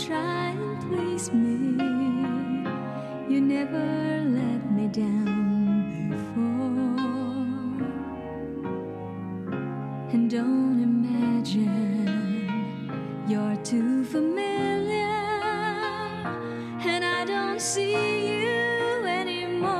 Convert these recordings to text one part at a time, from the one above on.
try and please me. You never let me down before. And don't imagine you're too familiar, and I don't see you anymore.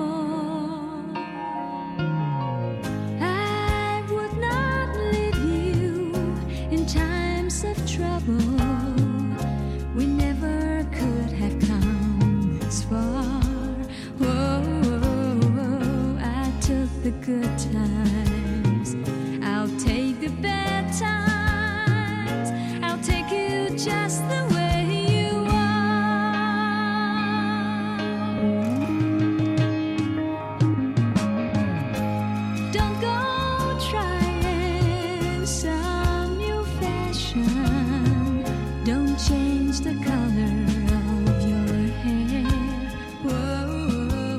I would not leave you in times of trouble. We never could have come this far. Whoa, I took the good times, I'll take the bad times, I'll take you just the way you are. Don't go trying some new fashion, don't change the color of your hair. Whoa,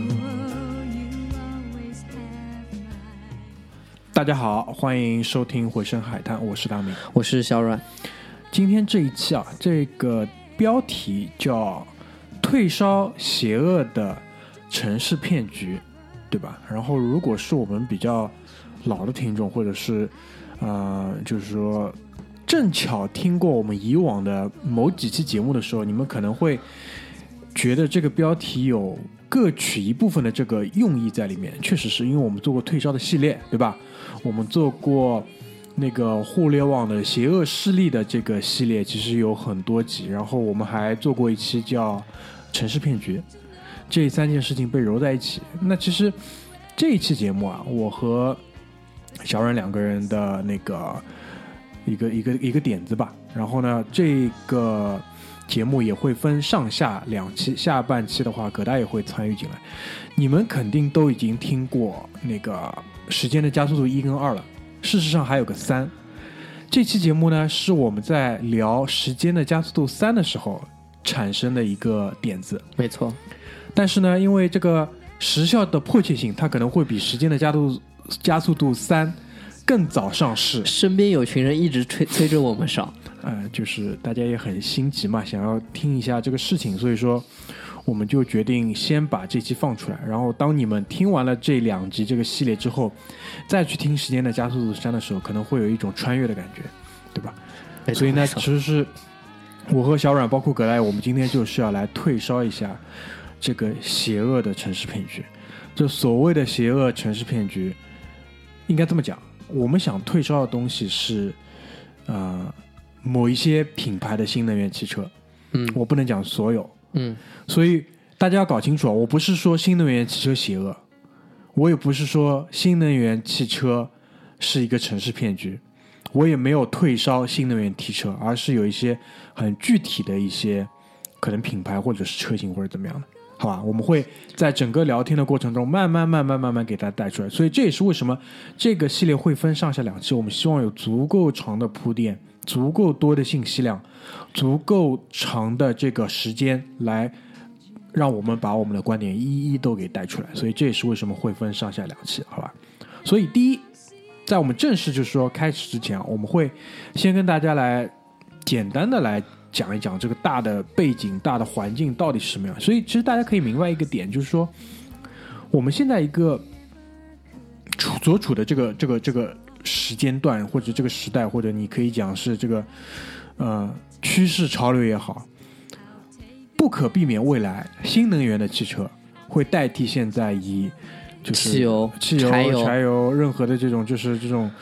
you always have my。 大家好，欢迎收听回声海滩，我是大明。 我是小阮。 今天这一期啊，这个标题叫退烧邪恶的城市骗局，对吧？然后如果是我们比较老的听众，或者是就是说正巧听过我们以往的某几期节目的时候，你们可能会觉得这个标题有各取一部分的这个用意在里面。确实是因为我们做过退烧的系列，对吧？我们做过那个互联网的邪恶势力的这个系列，其实有很多集，然后我们还做过一期叫城市骗局，这三件事情被揉在一起。那其实这一期节目啊，我和小阮两个人的那个一个点子吧，然后呢这个节目也会分上下两期，下半期的话葛大也会参与进来。你们肯定都已经听过那个时间的加速度1跟2了，事实上还有个3。这期节目呢是我们在聊时间的加速度3的时候产生的一个点子， 没错。 但是呢因为这个时效的迫切性，它可能会比时间的加速度3更早上市。 身边有群人一直催着我们上， 就是大家也很心急嘛，想要听一下这个事情，所以说我们就决定先把这期放出来，然后当你们听完了这2集这个系列之后，再去听时间的加速度3的时候，可能会有一种穿越的感觉，对吧？所以呢，其实是我和小阮包括葛莱，我们今天就是要来退烧一下这个邪恶的城市骗局。这所谓的邪恶城市骗局，应该这么讲，我们想退烧的东西是某一些品牌的新能源汽车，我不能讲所有，所以大家要搞清楚，我不是说新能源汽车邪恶，我也不是说新能源汽车是一个城市骗局，我也没有退烧新能源汽车，而是有一些很具体的一些可能品牌或者是车型或者怎么样的，好吧？我们会在整个聊天的过程中慢慢给大家带出来，所以这也是为什么这个系列会分上下2期，我们希望有足够长的铺垫，足够多的信息量，足够长的这个时间来让我们把我们的观点一一都给带出来，所以这也是为什么会分上下2期，好吧？所以第一，在我们正式就是说开始之前，我们会先跟大家来简单的来讲一讲这个大的背景、大的环境到底是什么样。所以其实大家可以明白一个点，就是说我们现在一个所处的这个时间段，或者这个时代，或者你可以讲是这个趋势潮流也好，不可避免未来新能源的汽车会代替现在以就是汽油、柴油任何的这种就是这种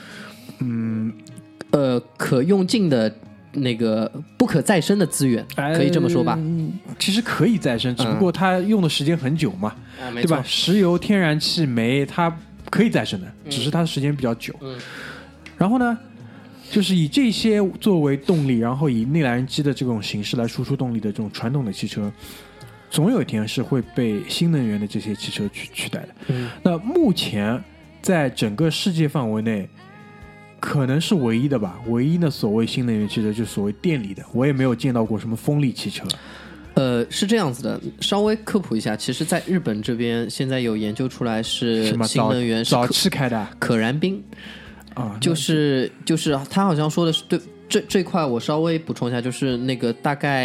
可用尽的那个不可再生的资源，可以这么说吧？ 其实可以再生，只不过它用的时间很久嘛，对吧？石油、天然气、煤，它可以再生的，只是它的时间比较久。然后呢，就是以这些作为动力，然后以内燃机的这种形式来输出动力的这种传统的汽车，总有一天是会被新能源的这些汽车去取代的。那目前在整个世界范围内，可能是唯一的吧，唯一的所谓新能源汽车就是所谓电力的，我也没有见到过什么风力汽车。 是这样子的，稍微科普一下，其实在日本这边现在有研究出来是新能源是早期开的可燃冰啊，就是他好像说的是对这块我稍微补充一下，就是那个大概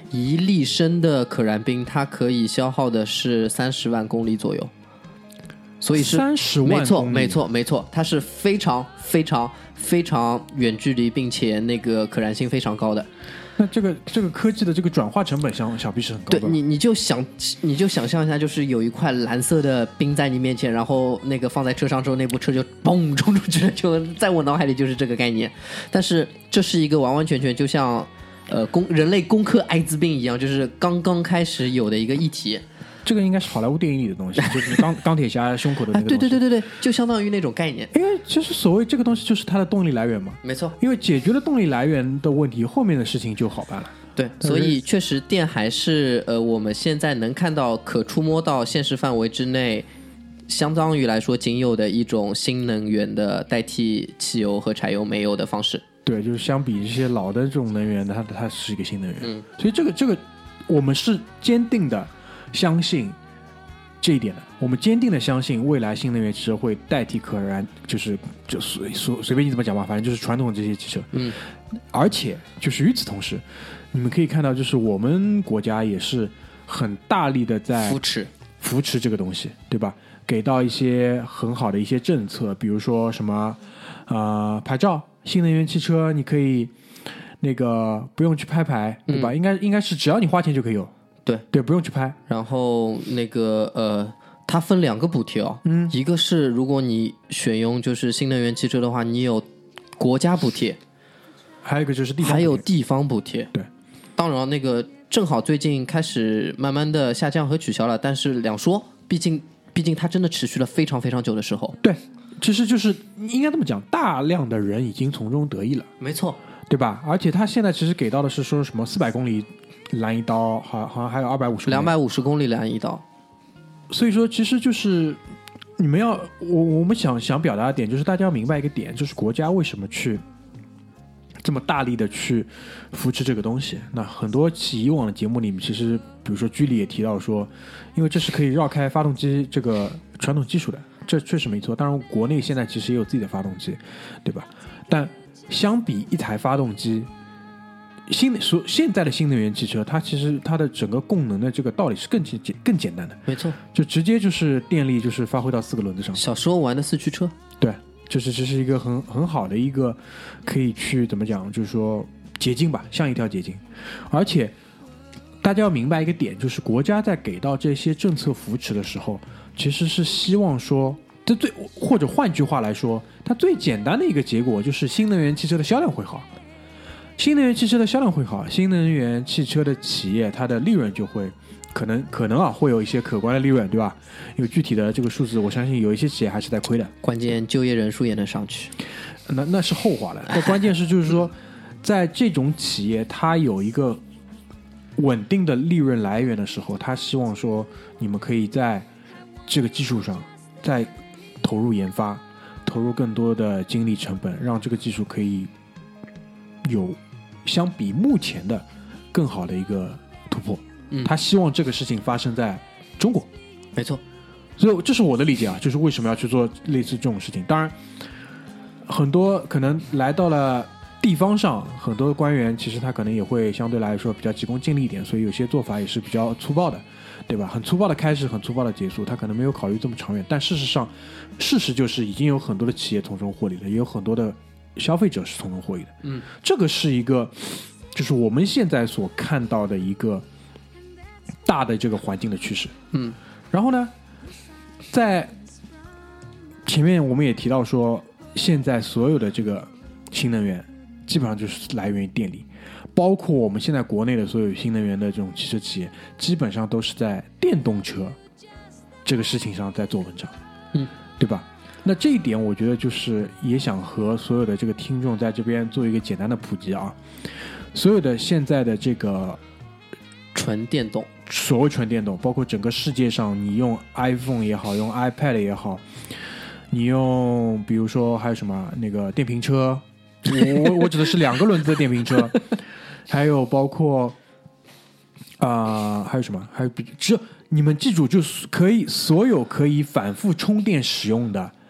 1立升的可燃冰，它可以消耗的是30万公里左右，所以是 30万公里， 没错，它是非常远距离，并且那个可燃性非常高的。 那这个科技的这个转化成本想必是很高的。 对，你就想象一下，就是有一块蓝色的冰在你面前，然后那个放在车上之后，那部车就嘣冲出去了，就在我脑海里就是这个概念。但是这是一个完完全全就像人类攻克艾滋病一样，就是刚刚开始有的一个议题。 这个应该是好莱坞电影里的东西，就是钢铁侠胸口的那个东西。 对，就相当于那种概念。 因为其实所谓这个东西就是它的动力来源嘛。 没错， 因为解决了动力来源的问题，后面的事情就好办了。 对，所以确实电还是我们现在能看到可触摸到现实范围之内，相当于来说仅有的一种新能源的代替汽油和柴油煤油的方式。 对，就是相比这些老的这种能源，它是一个新能源。所以这个我们是坚定的相信这一点的，我们坚定的相信未来新能源汽车会代替可燃，就随便你怎么讲吧，反正就是传统的这些汽车。而且就是与此同时，你们可以看到，就是我们国家也是很大力的在扶持这个东西，对吧？给到一些很好的一些政策，比如说什么牌照，新能源汽车你可以那个不用去拍牌，对吧？应该是只要你花钱就可以有。对，不用去拍。然后那个它分2个补贴哦，一个是如果你选用就是新能源汽车的话，你有国家补贴， 还有一个就是地方补贴。 对， 当然那个正好最近开始慢慢的下降和取消了，但是两说，毕竟它真的持续了非常非常久的时候。 对，其实就是应该这么讲，大量的人已经从中得益了。 没错， 对吧？而且他现在其实给到的是说什么400公里拦一刀，好像还有250 公里拦一刀。 所以说，其实就是你们要我们想表达的点，就是大家要明白一个点，就是国家为什么去这么大力的去扶持这个东西。那很多以往的节目里面，其实比如说居里也提到说，因为这是可以绕开发动机这个传统技术的，这确实没错。当然，国内现在其实也有自己的发动机，对吧？但相比一台发动机，现在的新能源汽车，它其实它的整个供能的这个道理是更简单的。 没错， 就直接就是电力就是发挥到4个轮子上。 小时候玩的四驱车。 对，就是这是一个很好的一个可以去怎么讲，就是说捷径吧，像一条捷径。而且大家要明白一个点，就是国家在给到这些政策扶持的时候，其实是希望说，或者换句话来说，它最简单的一个结果就是新能源汽车的销量会好。新能源汽车的销量会好，新能源汽车的企业它的利润就会可能啊会有一些可观的利润，对吧？因为具体的这个数字，我相信有一些企业还是在亏的。 关键就业人数也能上去， 那是后话了。但关键是就是说，在这种企业它有一个稳定的利润来源的时候，他希望说你们可以在这个技术上再投入研发，投入更多的精力成本，让这个技术可以有相比目前的更好的一个突破。他希望这个事情发生在中国。 没错， 所以这是我的理解啊，就是为什么要去做类似这种事情。当然很多可能来到了地方上，很多官员其实他可能也会相对来说比较急功近利一点，所以有些做法也是比较粗暴的，对吧？很粗暴的开始，很粗暴的结束，他可能没有考虑这么长远。但事实就是已经有很多的企业从中获利了，也有很多的消费者是从中获利的。这个是一个就是我们现在所看到的一个大的这个环境的趋势。然后呢，在前面我们也提到说，现在所有的这个新能源基本上就是来源于电力，包括我们现在国内的所有新能源的这种汽车企业，基本上都是在电动车这个事情上在做文章，对吧？那这一点我觉得就是也想和所有的这个听众在这边做一个简单的普及啊。所有的现在的这个纯电动， 所谓纯电动，包括整个世界上，你用 iPhone 也好，用 iPad 也好，你用比如说还有什么那个电瓶车，我指的是2个轮子的电瓶车，还有包括还有什么？还有只有你们记住，就是所有可以反复充电使用的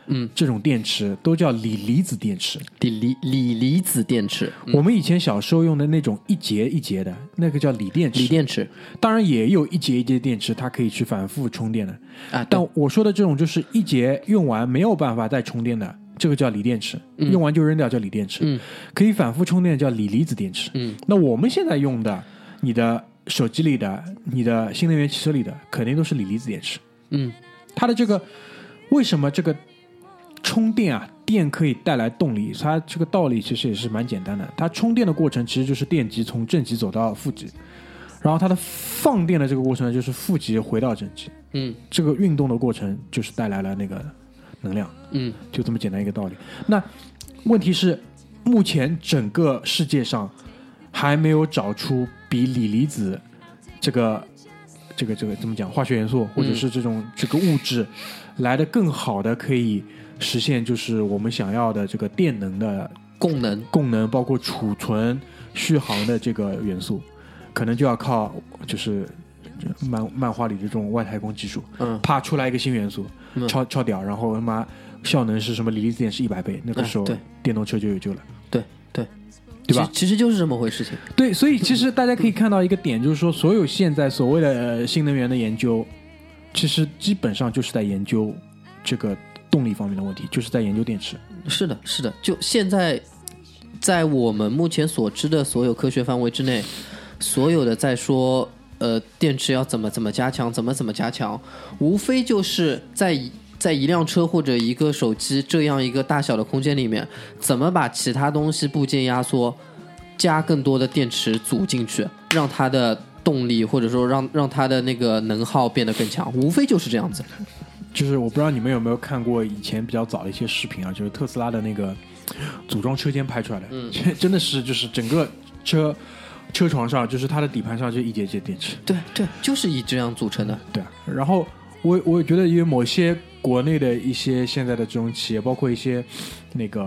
这种电池都叫锂离子电池。 锂离子电池， 我们以前小时候用的那种一节一节的那个叫锂电池。 锂电池当然也有一节一节电池，它可以去反复充电的啊。 但我说的这种就是一节用完没有办法再充电的，这个叫锂电池，用完就扔掉叫锂电池。可以反复充电叫锂离子电池。那我们现在用的，你的手机里的、你的新能源汽车里的，肯定都是锂离子电池。它的这个为什么这个充电啊，电可以带来动力？它这个道理其实也是蛮简单的。它充电的过程其实就是电极从正极走到负极，然后它的放电的这个过程呢，就是负极回到正极。这个运动的过程就是带来了那个能量。就这么简单一个道理。那问题是，目前整个世界上还没有找出比锂离子这个怎么讲，化学元素或者是这个物质来的更好的可以实现就是我们想要的这个电能的功能，包括储存、续航的这个元素，可能就要靠就是漫画里的这种外太空技术，啪出来一个新元素，超屌，然后他妈效能是什么锂离子电池100倍，那个时候电动车就有救了。对吧？ 其实就是这么回事情。 对，所以其实大家可以看到一个点，就是说，所有现在所谓的新能源的研究，其实基本上就是在研究这个动力方面的问题，就是在研究电池。 是的，就现在在我们目前所知的所有科学范围之内，所有的在说电池要怎么加强，怎么加强，无非就是在一辆车或者一个手机这样一个大小的空间里面，怎么把其他东西部件压缩，加更多的电池组进去，让它的动力或者说让它的那个能耗变得更强，无非就是这样子。 就是我不知道你们有没有看过以前比较早的一些视频啊，就是特斯拉的那个组装车间拍出来的，真的是就是整个车床上，就是它的底盘上就一节节电池。 对，就是以这样组成的。 对啊，然后我觉得因为某些国内的一些现在的这种企业，包括一些那个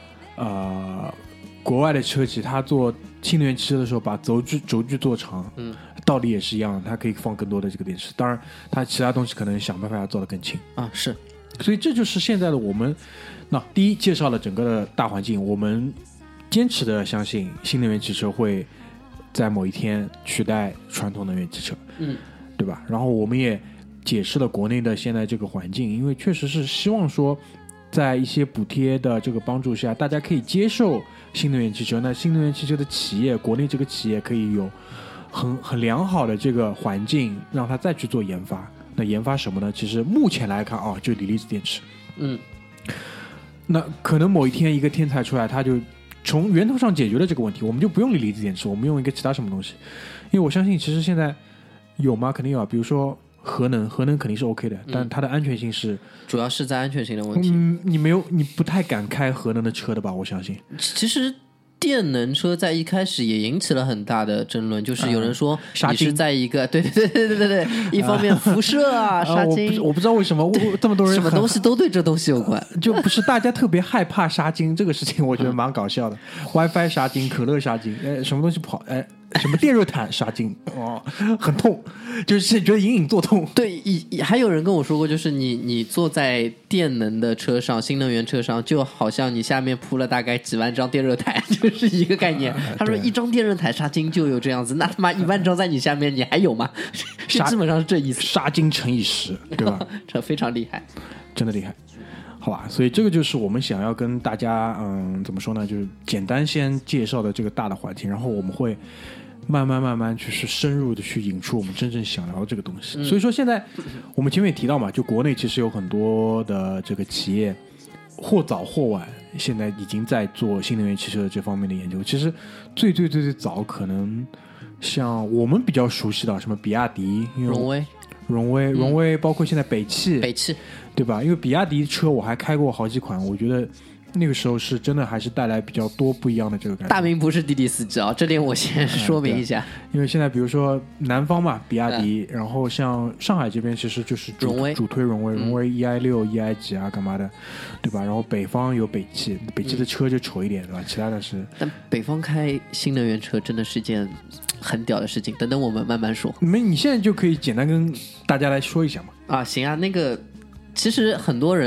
国外的车企，它做新能源汽车的时候，把轴距做长，道理也是一样的，它可以放更多的这个电池。当然，它其他东西可能想办法要做得更轻啊。是， 所以这就是现在的我们。那第一，介绍了整个的大环境，我们坚持的相信新能源汽车会在某一天取代传统能源汽车，对吧？然后我们也解释了国内的现在这个环境，因为确实是希望说，在一些补贴的这个帮助下，大家可以接受新能源汽车。那新能源汽车的企业，国内这个企业可以有很良好的这个环境，让它再去做研发。那研发什么呢？其实目前来看啊，就锂离子电池。那可能某一天一个天才出来，他就从源头上解决了这个问题，我们就不用锂离子电池，我们用一个其他什么东西。因为我相信，其实现在有吗？肯定有啊，比如说。核能肯定是 OK 的，但它的安全性是主要是在安全性的问题。 你不太敢开核能的车的吧？我相信。 其实电能车在一开始也引起了很大的争论，就是有人说你是在一个对，一方面辐射杀精， 我不知道为什么这么多人什么东西都对这东西有关， 就不是大家特别害怕杀精这个事情，我觉得蛮搞笑的。WiFi 杀精，可乐杀精，什么东西不好？什么电热毯杀精很痛，就是觉得隐隐作痛。 对，还有人跟我说过，就是你坐在电能的车上，新能源车上，就好像你下面铺了大概几万张电热毯，就是一个概念。他说一张电热毯杀精就有这样子，那他妈1万张在你下面，你还有吗？是基本上是这意思。 杀精乘以10，对吧？ 这非常厉害， 真的厉害。好吧，所以这个就是我们想要跟大家，怎么说呢？就是简单先介绍的这个大的环境，然后我们会慢慢去深入的去引出我们真正想聊的这个东西。所以说现在我们前面也提到嘛，就国内其实有很多的这个企业，或早或晚，现在已经在做新能源汽车这方面的研究。其实最早可能像我们比较熟悉的什么比亚迪、荣威，包括现在北汽，对吧？因为比亚迪车我还开过好几款，我觉得那个时候是真的还是带来比较多不一样的这个感觉。 大明不是滴滴司机啊，这点我先说明一下。 因为现在比如说南方嘛，比亚迪，然后像上海这边其实就是主推荣威 EI6、EI 几啊干嘛的，对吧？然后北方有北汽的车就丑一点，对吧？其他的是。 但北方开新能源车真的是件很屌的事情，等等我们慢慢说。 你现在就可以简单跟大家来说一下嘛。 行啊，那个其实很多人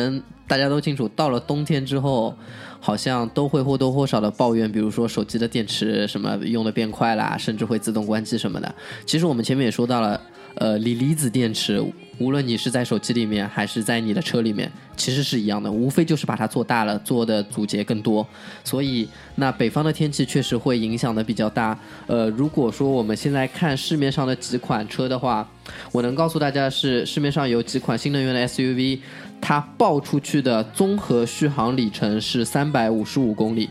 大家都清楚，到了冬天之后，好像都会或多或少的抱怨，比如说手机的电池什么用的变快啦，甚至会自动关机什么的。其实我们前面也说到了，锂离子电池，无论你是在手机里面还是在你的车里面，其实是一样的，无非就是把它做大了，做的阻结更多。所以那北方的天气确实会影响的比较大。如果说我们现在看市面上的几款车的话，我能告诉大家是市面上有几款新能源的 SUV， 它报出去的综合续航里程是355公里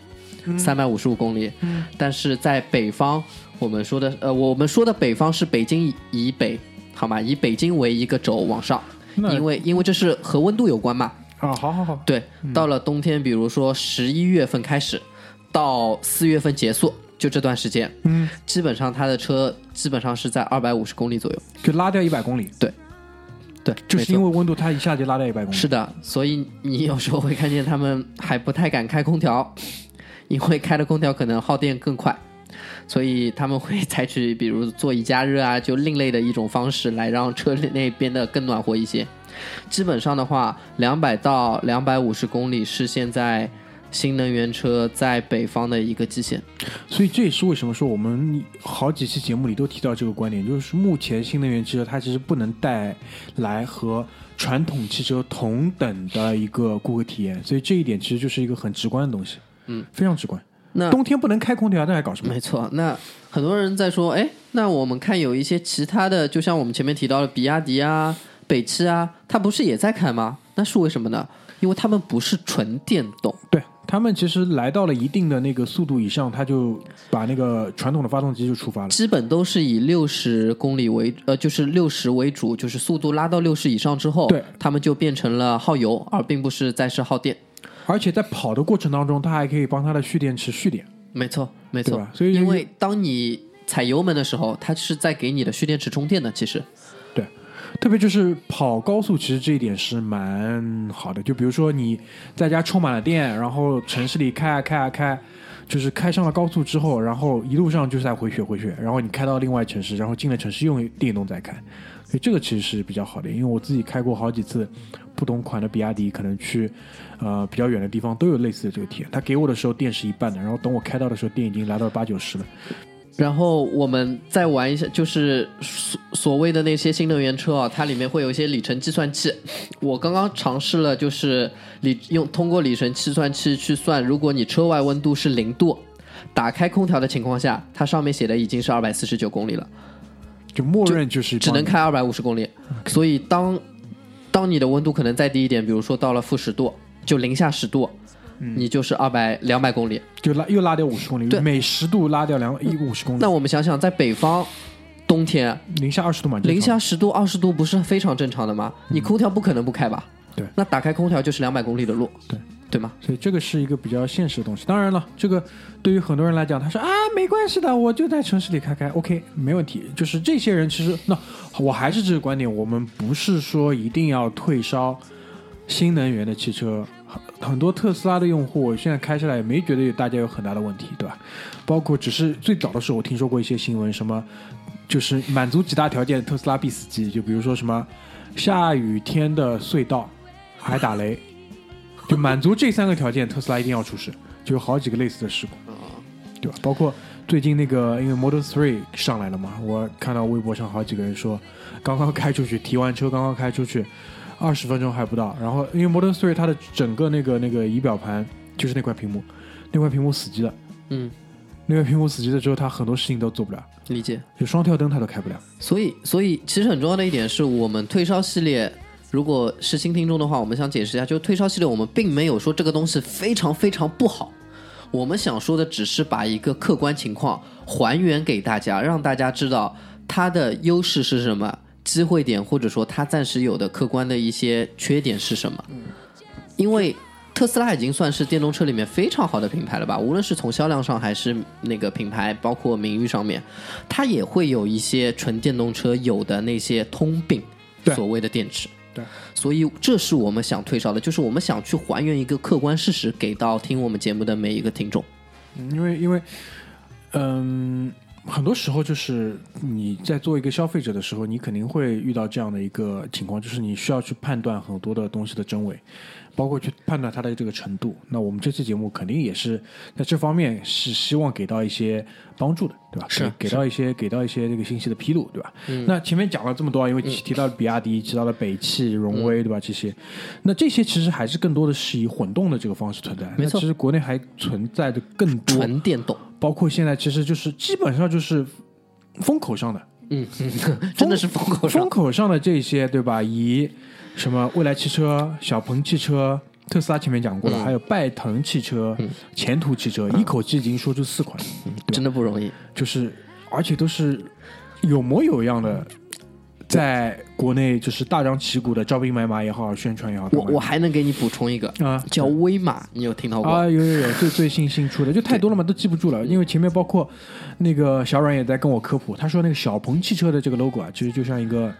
，355公里。但是在北方，我们说的北方是北京以北，好吗？以北京为一个轴往上，因为这是和温度有关嘛。 啊，好， 对，到了冬天，比如说11月份开始，到4月份结束，就这段时间，基本上它的车基本上是在250公里左右， 就拉掉100公里。 对， 就是因为温度，它一下就拉掉100公里。 是的，所以你有时候会看见他们还不太敢开空调，因为开的空调可能耗电更快。所以他们会采取比如座椅加热啊，就另类的一种方式来让车内变得更暖和一些。基本上的话，200到250公里是现在新能源车在北方的一个极限。 所以这也是为什么说我们好几期节目里都提到这个观点，就是目前新能源汽车它其实不能带来和传统汽车同等的一个顾客体验，所以这一点其实就是一个很直观的东西，非常直观。那冬天不能开空调，那还搞什么？ 没错，那很多人在说，哎，那我们看有一些其他的，就像我们前面提到的比亚迪啊、北汽啊，它不是也在开吗？那是为什么呢？因为他们不是纯电动， 对，他们其实来到了一定的那个速度以上，他就把那个传统的发动机就触发了， 基本都是以60公里为就是60为主，就是速度拉到60以上之后， 对， 他们就变成了耗油，而并不是再是耗电。 而且在跑的过程当中，它还可以帮它的蓄电池蓄电。 没错，没错。 所以因为当你踩油门的时候，它是在给你的蓄电池充电的。其实， 对，特别就是跑高速，其实这一点是蛮好的。就比如说你在家充满了电，然后城市里开，就是开上了高速之后，然后一路上就是在回血，然后你开到另外城市，然后进了城市用电动再开。所以这个其实是比较好的，因为我自己开过好几次不同款的比亚迪，可能去比较远的地方都有类似的这个体验。他给我的时候电是一半的，然后等我开到的时候电已经来到80-90了。 然后我们再玩一下，就是所谓的那些新能源车啊，它里面会有一些里程计算器。我刚刚尝试了，就是通过里程计算器去算，如果你车外温度是0度，打开空调的情况下，它上面写的已经是249公里了。 就默认就是只能开250公里，所以当你的温度可能再低一点，比如说到了-10度，就零下10度，你就是200公里， 就又拉掉50公里，每10度拉掉50公里。 那我们想想，在北方冬天零下20度嘛， 零下10度、20度不是非常正常的吗？你空调不可能不开吧？ 对， 那打开空调就是200公里的路，对吗？ 所以这个是一个比较现实的东西。当然了，这个对于很多人来讲，他说啊没关系的，我就在城市里开 OK 没问题。就是这些人其实那我还是这个观点，我们不是说一定要退烧新能源的汽车。很多特斯拉的用户我现在开下来也没觉得大家有很大的问题，对吧？包括只是最早的时候我听说过一些新闻，什么就是满足几大条件特斯拉必死机，就比如说什么下雨天的隧道还打雷，就满足这3个条件，特斯拉一定要出事，就有好几个类似的事故，对吧？包括最近那个因为 Model 3上来了嘛，我看到微博上好几个人说，刚刚开出去，提完车刚刚开出去，20分钟还不到，然后因为 Model 3它的整个那个仪表盘就是那块屏幕死机了，那块屏幕死机了之后，它很多事情都做不了， 理解， 就双跳灯它都开不了。所以其实很重要的一点是我们退烧系列。如果是新听众的话，我们想解释一下，就退烧系列我们并没有说这个东西非常非常不好，我们想说的只是把一个客观情况还原给大家，让大家知道它的优势是什么，机会点或者说它暂时有的客观的一些缺点是什么。因为特斯拉已经算是电动车里面非常好的品牌了吧，无论是从销量上还是那个品牌包括名誉上面，它也会有一些纯电动车有的那些通病，所谓的电池。 对， 所以这是我们想退烧的，就是我们想去还原一个客观事实给到听我们节目的每一个听众。 因为很多时候就是你在做一个消费者的时候，你肯定会遇到这样的一个情况，就是你需要去判断很多的东西的真伪，包括去判断它的这个程度。那我们这期节目肯定也是在这方面是希望给到一些帮助的，对吧？ 是给到一些这个信息的披露，对吧？那前面讲了这么多，因为提到了比亚迪，提到了北汽、荣威，对吧？这些，那这些其实还是更多的是以混动的这个方式存在。 没错， 那其实国内还存在着更多纯电动。 包括现在其实就是基本上就是风口上的， 真的是风口上的这些，对吧？以什么蔚来汽车、小鹏汽车、特斯拉前面讲过了，还有拜腾汽车、前途汽车，一口气已经说出4款， 真的不容易。 就是而且都是有模有样的，在国内就是大张旗鼓的招兵买马也好，宣传也好。 我还能给你补充一个叫威马，你有听到过啊？有，最新出的就太多了嘛，都记不住了。因为前面包括那个小阮也在跟我科普，他说那个小鹏汽车的这个 logo 啊，其实就像一个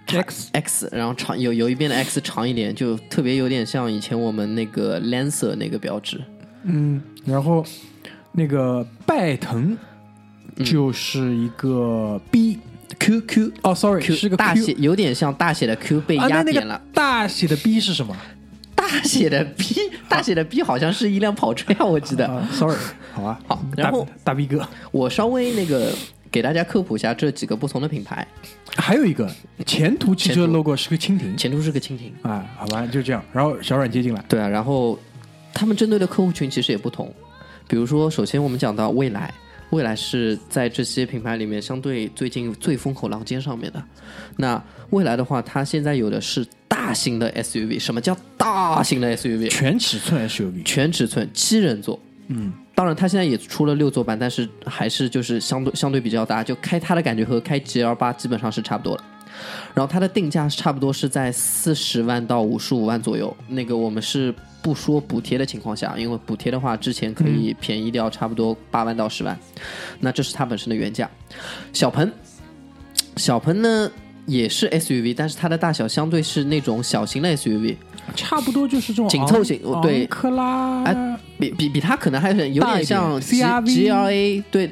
X， 然后长有一边的 X 长一点，就特别有点像以前我们那个 Lancer 那个标志。 然后那个拜腾就是一个 B。QQ 哦 ，sorry， 是个 Q， 大写，有点像大写的 Q 被压扁了。 大写的 B 是什么？ 大写的 B 好像是一辆跑车呀，我记得。 sorry， 好啊， 好，然后大 B 哥， 我稍微给大家科普一下这几个不同的品牌。 还有一个前途汽车 logo 是个蜻蜓， 前途是个蜻蜓啊，好吧，就这样。然后小阮接进来， 对啊，然后他们针对的客户群其实也不同，比如说，首先我们讲到蔚来是在这些品牌里面相对最近最风口浪尖上面的。那蔚来的话，它现在有的是大型的 SUV。什么叫大型的 SUV？ 全尺寸 SUV， 全尺寸7人座。当然它现在也出了6座版，但是还是就是相对比较大，就开它的感觉和开 GL8 基本上是差不多的。然后它的定价差不多是在40万到55万左右。那个我们是不说补贴的情况下，因为补贴的话之前可以便宜掉差不多8万到10万。那这是它本身的原价。小鹏呢也是 SUV， 但是它的大小相对是那种小型的 SUV， 差不多就是这种紧凑型。对， 克拉， 比它可能还有点像 GLA， 对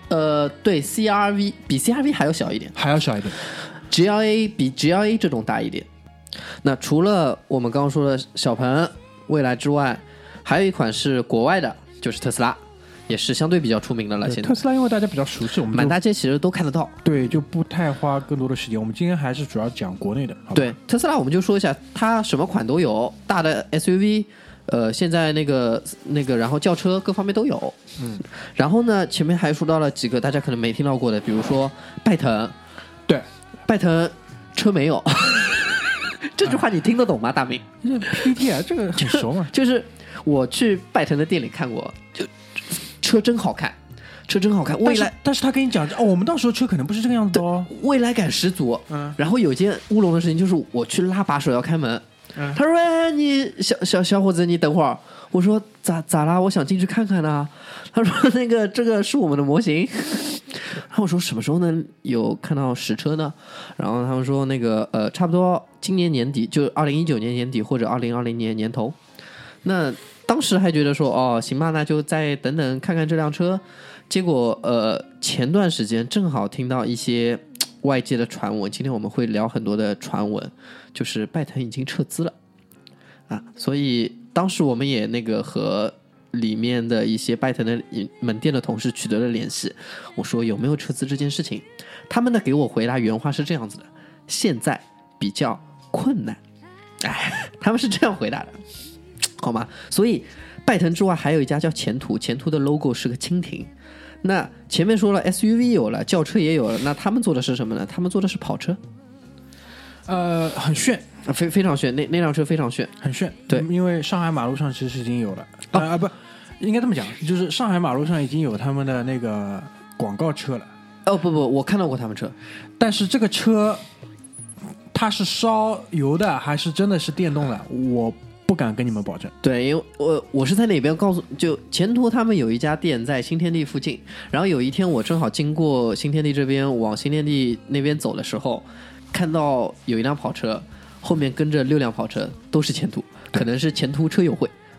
，CRV 比 CRV 还要小一点。GLA 比 GLA 这种大一点。那除了我们刚刚说的小鹏、蔚来之外，还有一款是国外的，就是特斯拉，也是相对比较出名的了。现在特斯拉因为大家比较熟悉，我们满大街其实都看得到。 对，就不太花更多的时间。我们今天还是主要讲国内的。 对，特斯拉我们就说一下，它什么款都有，大的 SUV。现在那个，然后轿车各方面都有。然后呢，前面还说到了几个大家可能没听到过的，比如说拜腾。 对， 拜腾车没有。这句话你听得懂吗，大明？ 这 PPT 啊，这个很熟嘛。 就是我去拜腾的店里看过，就车真好看，未来， 但是他跟你讲我们到时候车可能不是这个样子的哦， 未来感十足。然后有件乌龙的事情就是我去拉把手要开门。他说：“哎，你小伙子，你等会儿。”我说：“咋啦？我想进去看看呢。”他说：“这个是我们的模型。”然后我说：“什么时候能有看到实车呢？”然后他们说：“差不多今年年底，就2019年年底或者2020年年头。”那当时还觉得说：“哦，行吧，那就再等等看看这辆车。”结果前段时间正好听到一些外界的传闻，今天我们会聊很多的传闻，就是拜腾已经撤资了啊，所以当时我们也和里面的一些拜腾的门店的同事取得了联系，我说有没有撤资这件事情，他们给我回答原话是这样子的：现在比较困难，他们是这样回答的，好吗？所以拜腾之外还有一家叫前途的 logo 是个蜻蜓。那前面说了 SUV 有了，轿车也有了，那他们做的是什么呢？他们做的是跑车。 很炫， 非常炫，那辆车非常炫， 很炫。 对， 因为上海马路上其实已经有了。不，应该这么讲，就是上海马路上已经有他们的那个广告车了。 不，我看到过他们车， 但是这个车它是烧油的还是真的是电动的，我不敢跟你们保证。 对，因为我是在哪边告诉，就前途他们有一家店在新天地附近，然后有一天我正好经过新天地这边往新天地那边走的时候，看到有一辆跑车后面跟着6辆跑车，都是前途，可能是前途车友会。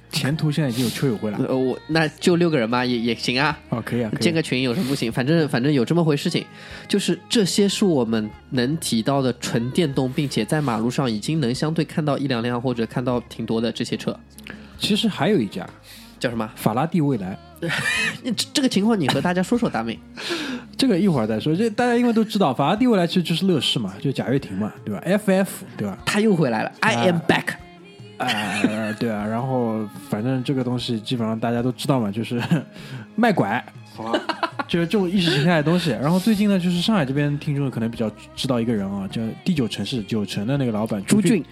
前途现在已经有车友会了。 我那就6个人嘛，也行啊。 哦，可以啊，可以建个群有什么不行？反正有这么回事情，就是这些是我们能提到的纯电动，并且在马路上已经能相对看到1、2辆或者看到挺多的这些车。 其实还有一家叫什么？ 法拉第未来。 这个情况你和大家说说，大妹。 这个一会儿再说。这大家因为都知道，法拉第未来其实就是乐视嘛，就是贾跃亭嘛，对吧 ？FF 对吧？ 他又回来了，I am back。 对啊，然后反正这个东西基本上大家都知道嘛，就是卖拐，好吧，就是这种意识形态的东西。然后最近呢，就是上海这边听众可能比较知道一个人啊，叫第9城市9城的那个老板朱俊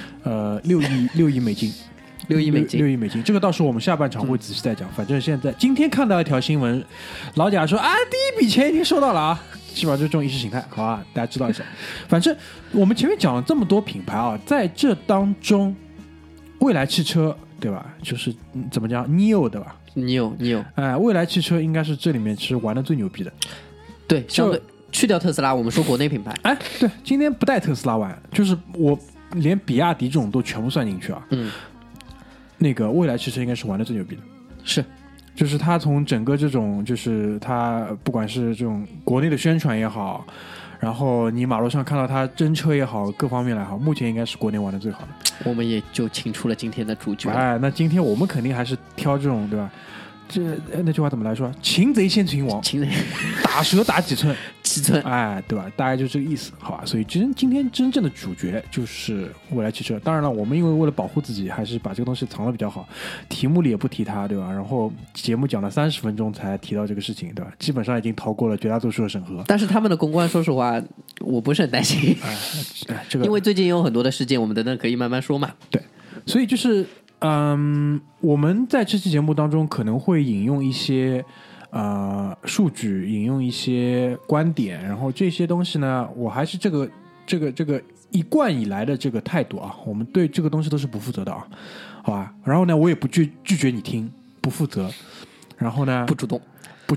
，6亿美金。6亿美金，这个到时候我们下半场会仔细再讲。反正今天看到一条新闻，老贾说啊，第一笔钱已经收到了啊，基本上就是这种意识形态，好吧，大家知道一下。反正我们前面讲了这么多品牌啊，在这当中，蔚来汽车对吧？就是怎么讲 ，NIO 对吧 ？NIO， 蔚来汽车应该是这里面其实玩的最牛逼的。 对，相对去掉特斯拉，我们说国内品牌。 哎，对，今天不带特斯拉玩，就是我连比亚迪这种都全部算进去啊。那个蔚来汽车应该是玩的最牛逼的， 是， 就是它从整个这种，就是它不管是这种国内的宣传也好，然后你马路上看到它真车也好，各方面来好，目前应该是国内玩的最好的。 我们也就请出了今天的主角。 哎，那今天我们肯定还是挑这种，对吧？那句话怎么来说？擒贼先擒王，打蛇打几寸 ？7寸， 哎，对吧？大概就这个意思，好吧？所以今天真正的主角就是蔚来汽车。当然了，我们因为为了保护自己，还是把这个东西藏的比较好，题目里也不提它，对吧？然后节目讲了30分钟才提到这个事情，对吧？基本上已经逃过了绝大多数的审核。 但是他们的公关，说实话，我不是很担心。 这个因为最近有很多的事件，我们等等可以慢慢说嘛。 对，所以就是。我们在这期节目当中可能会引用一些数据，引用一些观点，然后这些东西呢，我还是这个一贯以来的这个态度啊，我们对这个东西都是不负责的啊，好吧？然后呢，我也不拒绝你听，不负责，然后呢， 不主动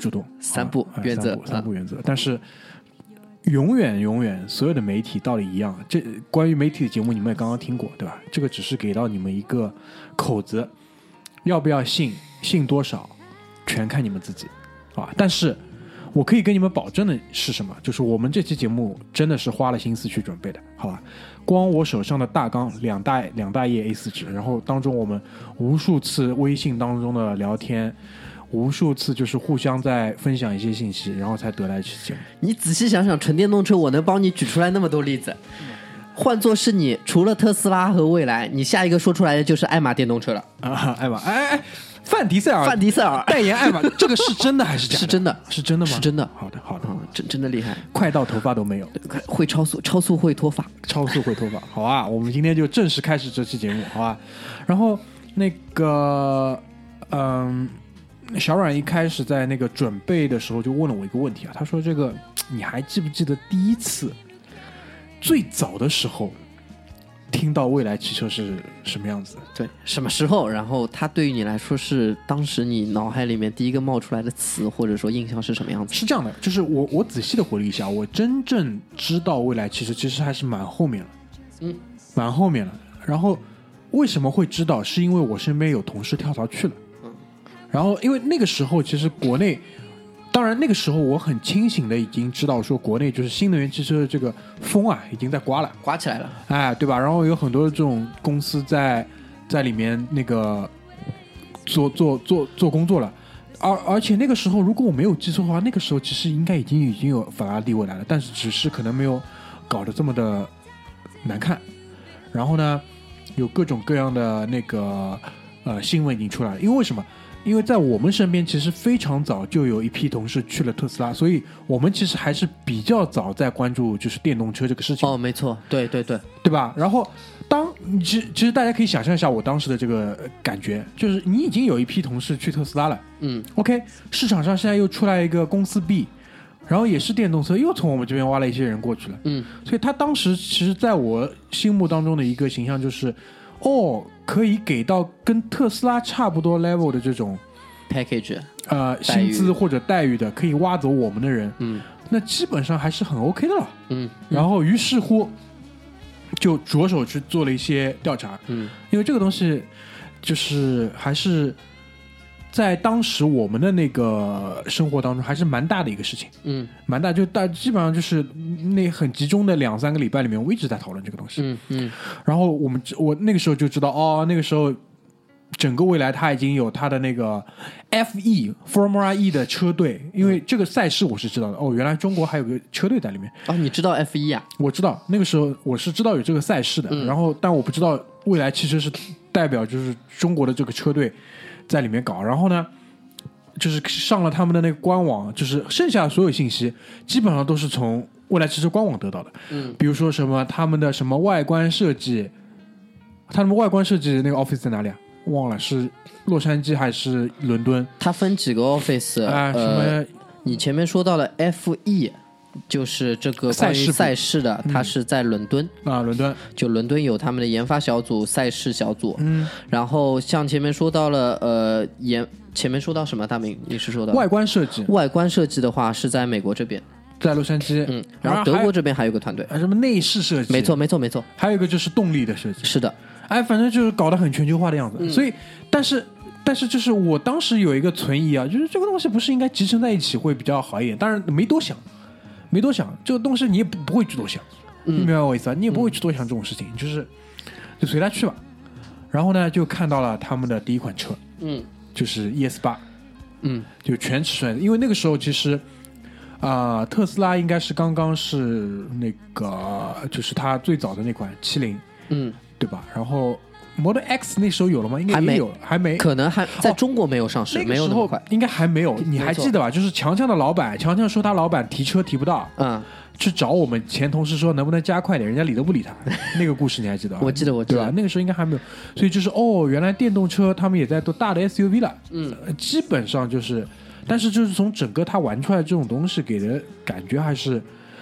，3不原则， 三不原则，但是。永远，所有的媒体道理一样。这关于媒体的节目，你们也刚刚听过，对吧？这个只是给到你们一个口子，要不要信多少，全看你们自己，啊！但是我可以跟你们保证的是什么？就是我们这期节目真的是花了心思去准备的，好吧？光我手上的大纲两大页 A4 纸，然后当中我们无数次微信当中的聊天。无数次就是互相在分享一些信息，然后才得来这期节目。 你仔细想想，纯电动车我能帮你举出来那么多例子，换作是你，除了特斯拉和蔚来，你下一个说出来的就是爱玛电动车了啊！爱玛，范迪塞尔代言爱玛，这个是真的还是假的？ 是真的， 是真的吗？ 是真的。 好的， 真的厉害， 快到头发都没有， 会超速会脱发， 好啊！我们今天就正式开始这期节目，好吧？然后那个，小阮一开始在那个准备的时候就问了我一个问题啊，他说：“这个你还记不记得第一次最早的时候听到蔚来汽车是什么样子？ 对，什么时候？然后它对于你来说是当时你脑海里面第一个冒出来的词，或者说印象是什么样子？ 是这样的，就是我仔细的回忆一下，我真正知道蔚来汽车其实还是蛮后面了，蛮后面了。然后为什么会知道？是因为我身边有同事跳槽去了。”然后，因为那个时候其实国内，当然那个时候我很清醒的已经知道说国内就是新能源汽车的这个风啊已经在刮起来了， 哎，对吧？然后有很多这种公司在里面那个做工作了，而且那个时候如果我没有记错的话，那个时候其实应该已经有法拉第蔚来了，但是只是可能没有搞得这么的难看。然后呢，有各种各样的那个新闻已经出来了，因为什么？因为在我们身边其实非常早就有一批同事去了特斯拉，所以我们其实还是比较早在关注就是电动车这个事情。 哦，没错，对吧？然后其实大家可以想象一下我当时的这个感觉，就是你已经有一批同事去特斯拉了，OK， 市场上现在又出来一个公司 B， 然后也是电动车，又从我们这边挖了一些人过去了，所以他当时其实在我心目当中的一个形象就是可以给到跟特斯拉差不多 level 的这种 package， 薪资或者待遇的，可以挖走我们的人，那基本上还是很 OK 的了，然后于是乎就着手去做了一些调查，因为这个东西就是还是在当时我们的那个生活当中还是蛮大的一个事情，蛮大，就基本上就是那很集中的2-3个礼拜里面，我一直在讨论这个东西，然后我那个时候就知道，哦，那个时候整个未来它已经有它的那个 Formula E 的车队，因为这个赛事我是知道的，哦，原来中国还有个车队在里面。 哦，你知道 F1 啊？ 我知道，那个时候我是知道有这个赛事的，然后但我不知道未来汽车是代表就是中国的这个车队在里面搞，然后呢，就是上了他们的那个官网，就是剩下的所有信息基本上都是从未来汽车官网得到的。比如说什么他们的什么外观设计，他们外观设计那个 office 在哪里啊？忘了是洛杉矶还是伦敦？ 它分几个 office 啊？什么？ 你前面说到了 FE。就是这个关于赛事的，它是在伦敦啊，伦敦就伦敦有他们的研发小组、赛事小组。然后像前面说到了前面说到什么？大明，你是说的外观设计？ 外观设计的话是在美国这边， 在洛杉矶。 然后德国这边还有个团队， 什么内饰设计？ 没错。 还有一个就是动力的设计。 是的， 哎，反正就是搞得很全球化的样子。所以，但是就是我当时有一个存疑啊，就是这个东西不是应该集成在一起会比较好一点？当然没多想，这个东西你也不会去多想，你明白我意思啊？你也不会去多想这种事情，就随他去吧。然后呢，就看到了他们的第一款车，就是 ES8，就全尺寸。因为那个时候其实特斯拉应该是刚刚是那个就是它最早的那款70，对吧？然后 Model X 那时候有了吗？应该也有，还没， 可能还在中国没有上市，没有那么快， 应该还没有。你还记得吧？就是强强的老板，强强说他老板提车提不到，去找我们前同事说能不能加快点，人家理都不理他。那个故事你还记得？ 我记得， 对吧？那个时候应该还没有，所以就是原来电动车他们也在做大的 SUV 了，基本上就是，但是就是从整个他玩出来这种东西给的感觉还是，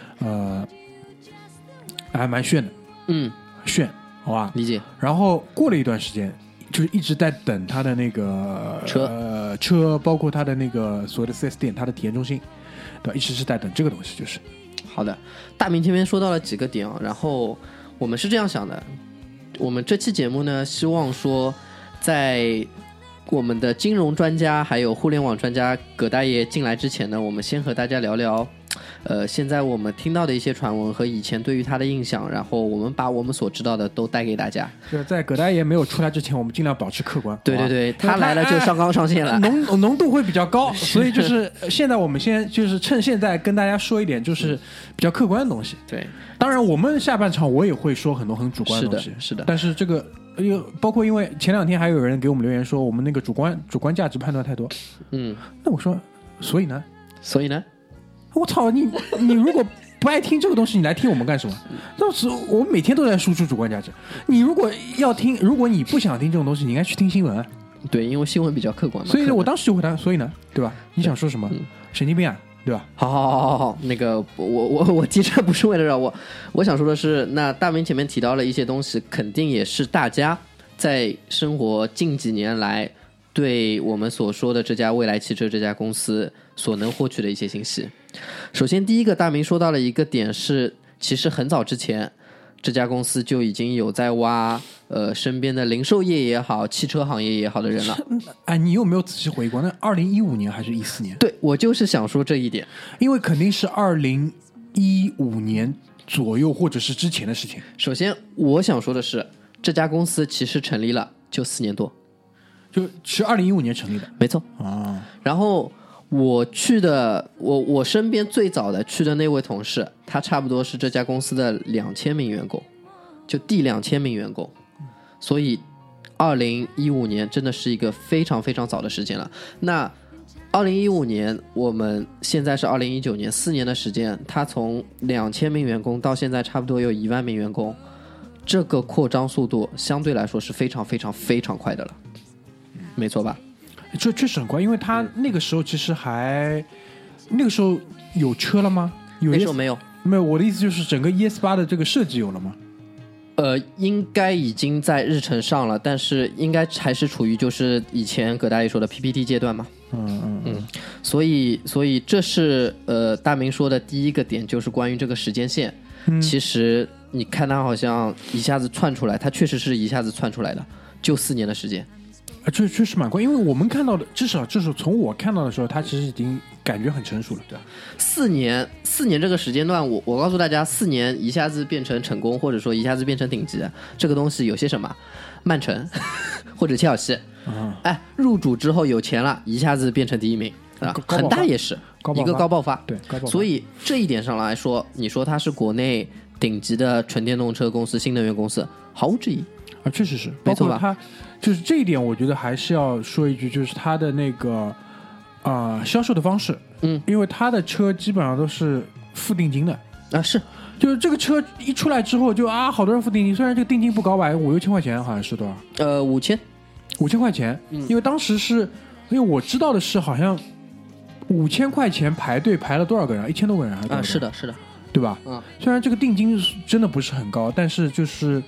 还蛮炫的，炫。好吧， 理解。 然后过了一段时间，就是一直在等他的那个车，包括他的那个所谓的 4S 店，他的体验中心，对吧？一直是在等这个东西，就是。 好的，大明前面说到了几个点啊，然后我们是这样想的，我们这期节目呢，希望说在我们的金融专家还有互联网专家葛大爷进来之前呢，我们先和大家聊聊。现在我们听到的一些传闻和以前对于他的印象，然后我们把我们所知道的都带给大家。 就在葛大爷没有出来之前，我们尽量保持客观。 对，他来了就上纲上线了， 浓度会比较高，所以就是现在我们先就是趁现在跟大家说一点就是比较客观的东西。 对， 当然我们下半场我也会说很多很主观的东西， 是的。 但是这个包括因为前2天还有人给我们留言说我们那个主观价值判断太多，那我说所以呢？我操你如果不爱听这个东西，你来听我们干什么？那是我们每天都在输出主观价值。你如果你不想听这种东西，你应该去听新闻。 对，因为新闻比较客观嘛。 所以我当时就回答，所以呢，对吧？你想说什么？神经病啊，对吧？ 好，那个我提这不是为了让我想说的是，那大明前面提到了一些东西，肯定也是大家在生活近几年来对我们所说的这家蔚来汽车这家公司所能获取的一些信息。首先第一个大明说到了一个点是，其实很早之前这家公司就已经有在挖身边的零售业也好汽车行业也好的人了。 哎，你有没有仔细回顾那2015年还是14年？ 对，我就是想说这一点， 因为肯定是2015年左右或者是之前的事情。 首先我想说的是，这家公司其实成立了就4年多， 就是2015年成立的， 没错啊。 然后我去的，我身边最早的去的那位同事，他差不多是这家公司的2000名员工，就第2000名员工，所以2015年真的是一个非常非常早的时间了。那2015年，我们现在是2019年，4年的时间，他从2000名员工到现在差不多有1万名员工，这个扩张速度相对来说是非常非常非常快的了，没错吧？ 这确实很快，因为他那个时候其实那个时候有车了吗？ 那时候没有。 我的意思就是整个 ES8 的这个设计有了吗？ 应该已经在日程上了，但是应该还是处于就是以前葛大爷说的 PPT 阶段嘛。所以这是大明说的第一个点，就是关于这个时间线。其实你看他好像一下子窜出来，他确实是一下子窜出来的，就4年的时间。 这确实蛮快，因为我们看到的，至少从我看到的时候，它其实已经感觉很成熟了，对吧 ？4年这个时间段，我告诉大家，4年一下子变成成功，或者说一下子变成顶级，这个东西有些什么？曼城或者切尔西，入主之后有钱了，一下子变成第一名，恒大也是一个高爆发， 对，高爆发。 所以这一点上来说，你说它是国内顶级的纯电动车公司、新能源公司，毫无质疑啊，确实是， 没错吧？ 包括它就是这一点，我觉得还是要说一句，就是它的那个销售的方式，因为它的车基本上都是付定金的啊，是。 就是这个车一出来之后就好多人付定金，虽然这个定金不高吧，5、6千块钱好像是多少 ？5000 块钱，因为当时是因为我知道的是好像5000块钱排队排了多少个人，1000多个人还是多少个人？ 是的， 对吧？虽然这个定金真的不是很高，但是就是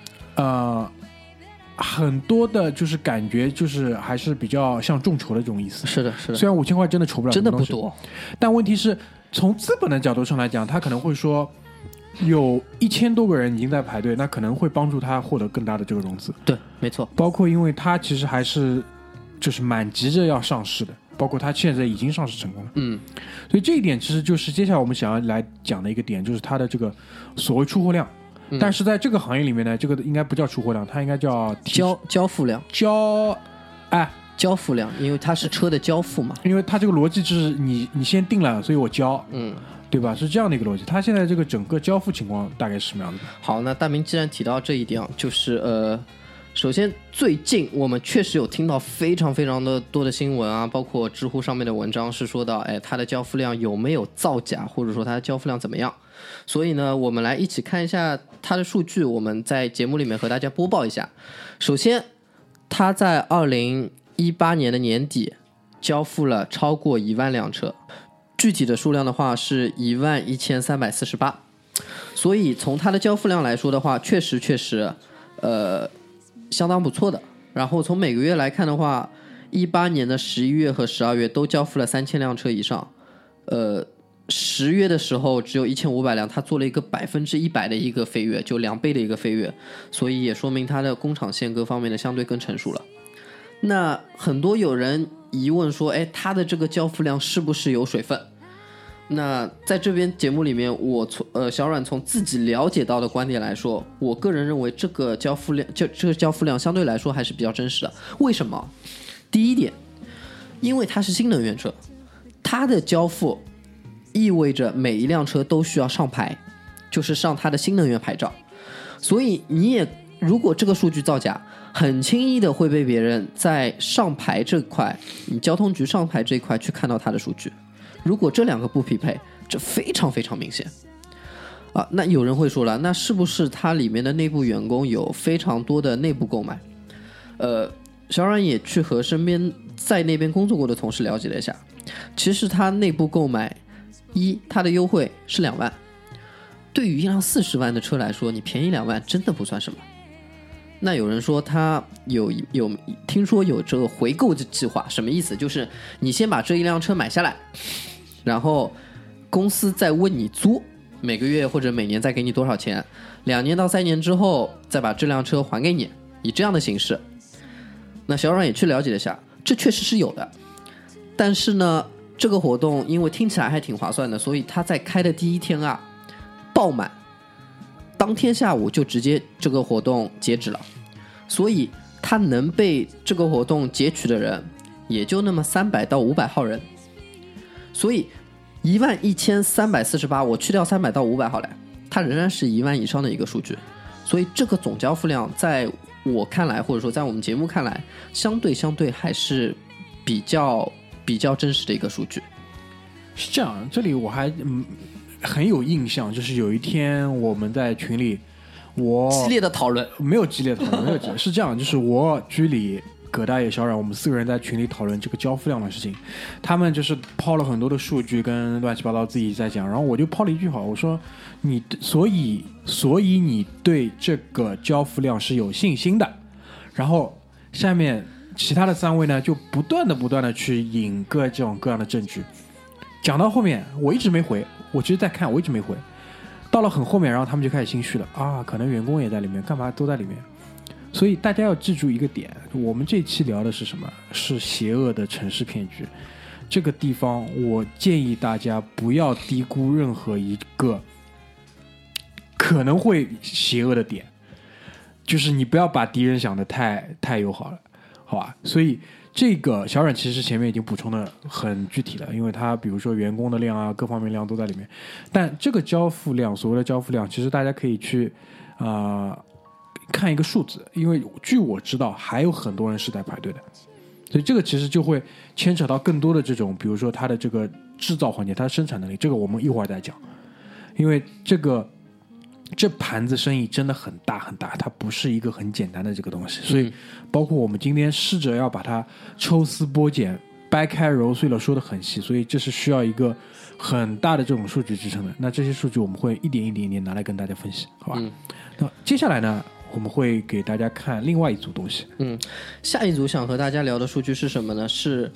很多的就是感觉就是还是比较像众筹的这种意思。 是的。 虽然5000块真的筹不了， 真的不多， 但问题是从资本的角度上来讲，他可能会说有1000多个人已经在排队，那可能会帮助他获得更大的这个融资。 对，没错。 包括因为他其实还是就是蛮急着要上市的，包括他现在已经上市成功了。所以这一点其实就是接下来我们想要来讲的一个点，就是它的这个所谓出货量。但是在这个行业里面呢，这个应该不叫出货量，它应该叫交付量。交付量，因为它是车的交付嘛。 因为它这个逻辑就是你先定了，所以我交，对吧？是这样的一个逻辑。它现在这个整个交付情况大概是什么样的？ 好，那大明既然提到这一点，就是首先最近我们确实有听到非常非常的多的新闻啊，包括知乎上面的文章是说到，它的交付量有没有造假，或者说它的交付量怎么样？所以呢，我们来一起看一下它的数据，我们在节目里面和大家播报一下。首先，它在2018年的年底交付了超过1万辆车，具体的数量的话是11348。所以从它的交付量来说的话，确实相当不错的。然后从每个月来看的话，18年的11月和12月都交付了3000辆车以上。10月的时候只有1500辆，它做了一个100%的一个飞跃，就2倍的一个飞跃，所以也说明它的工厂线各方面的相对更成熟了。那很多有人疑问说，它的这个交付量是不是有水分？那在这边节目里面，小阮从自己了解到的观点来说，我个人认为这个交付量相对来说还是比较真实的。为什么？第一点，因为它是新能源车，它的交付意味着每一辆车都需要上牌，就是上它的新能源牌照。所以如果这个数据造假，很轻易的会被别人在上牌这块，你交通局上牌这一块去看到它的数据。如果这两个不匹配，这非常非常明显啊。那有人会说了，那是不是它里面的内部员工有非常多的内部购买？小阮也去和身边在那边工作过的同事了解了一下，其实它内部购买，它的优惠是2万，对于一辆40万的车来说，你便宜2万真的不算什么。那有人说他有听说有这个回购的计划，什么意思？就是你先把这一辆车买下来，然后公司再问你租，每个月或者每年再给你多少钱，2年到3年之后再把这辆车还给你，以这样的形式。那小阮也去了解了一下，这确实是有的。但是呢，这个活动因为听起来还挺划算的，所以他在开的第一天爆满，当天下午就直接这个活动截止了，所以他能被这个活动截取的人也就那么300到500号人，所以11348，我去掉300到500号来，它仍然是1万以上的一个数据。所以这个总交付量在我看来，或者说在我们节目看来，相对还是比较真实的一个数据。 是这样，这里我还很有印象，就是有一天我们在群里， 激烈的讨论， 没有激烈的讨论，没有激烈，是这样，就是我居里、葛大爷、小冉，我们4个人在群里讨论这个交付量的事情，他们就是抛了很多的数据跟乱七八糟自己在讲，然后我就抛了一句话，我说所以你对这个交付量是有信心的，然后下面其他的3位呢就不断的去引各种各样的证据，讲到后面我一直没回，我其实在看，我一直没回，到了很后面，然后他们就开始心虚了啊，可能员工也在里面，干嘛都在里面。 所以大家要记住一个点，我们这期聊的是什么？是邪恶的城市骗局。这个地方我建议大家不要低估任何一个可能会邪恶的点，就是你不要把敌人想得太友好了，好吧？所以这个小冉其实前面已经补充的很具体了，因为它比如说员工的量啊，各方面量都在里面。但这个交付量，所谓的交付量，其实大家可以去看一个数字，因为据我知道还有很多人是在排队的，所以这个其实就会牵扯到更多的这种，比如说它的这个制造环节，它的生产能力，这个我们一会儿再讲。因为这盘子生意真的很大很大，它不是一个很简单的这个东西，所以包括我们今天试着要把它抽丝剥茧、掰开揉碎了说的很细，所以这是需要一个很大的这种数据支撑的。那这些数据我们会一点一点拿来跟大家分析，好吧？那接下来呢，我们会给大家看另外一组东西。 下一组想和大家聊的数据是什么呢？是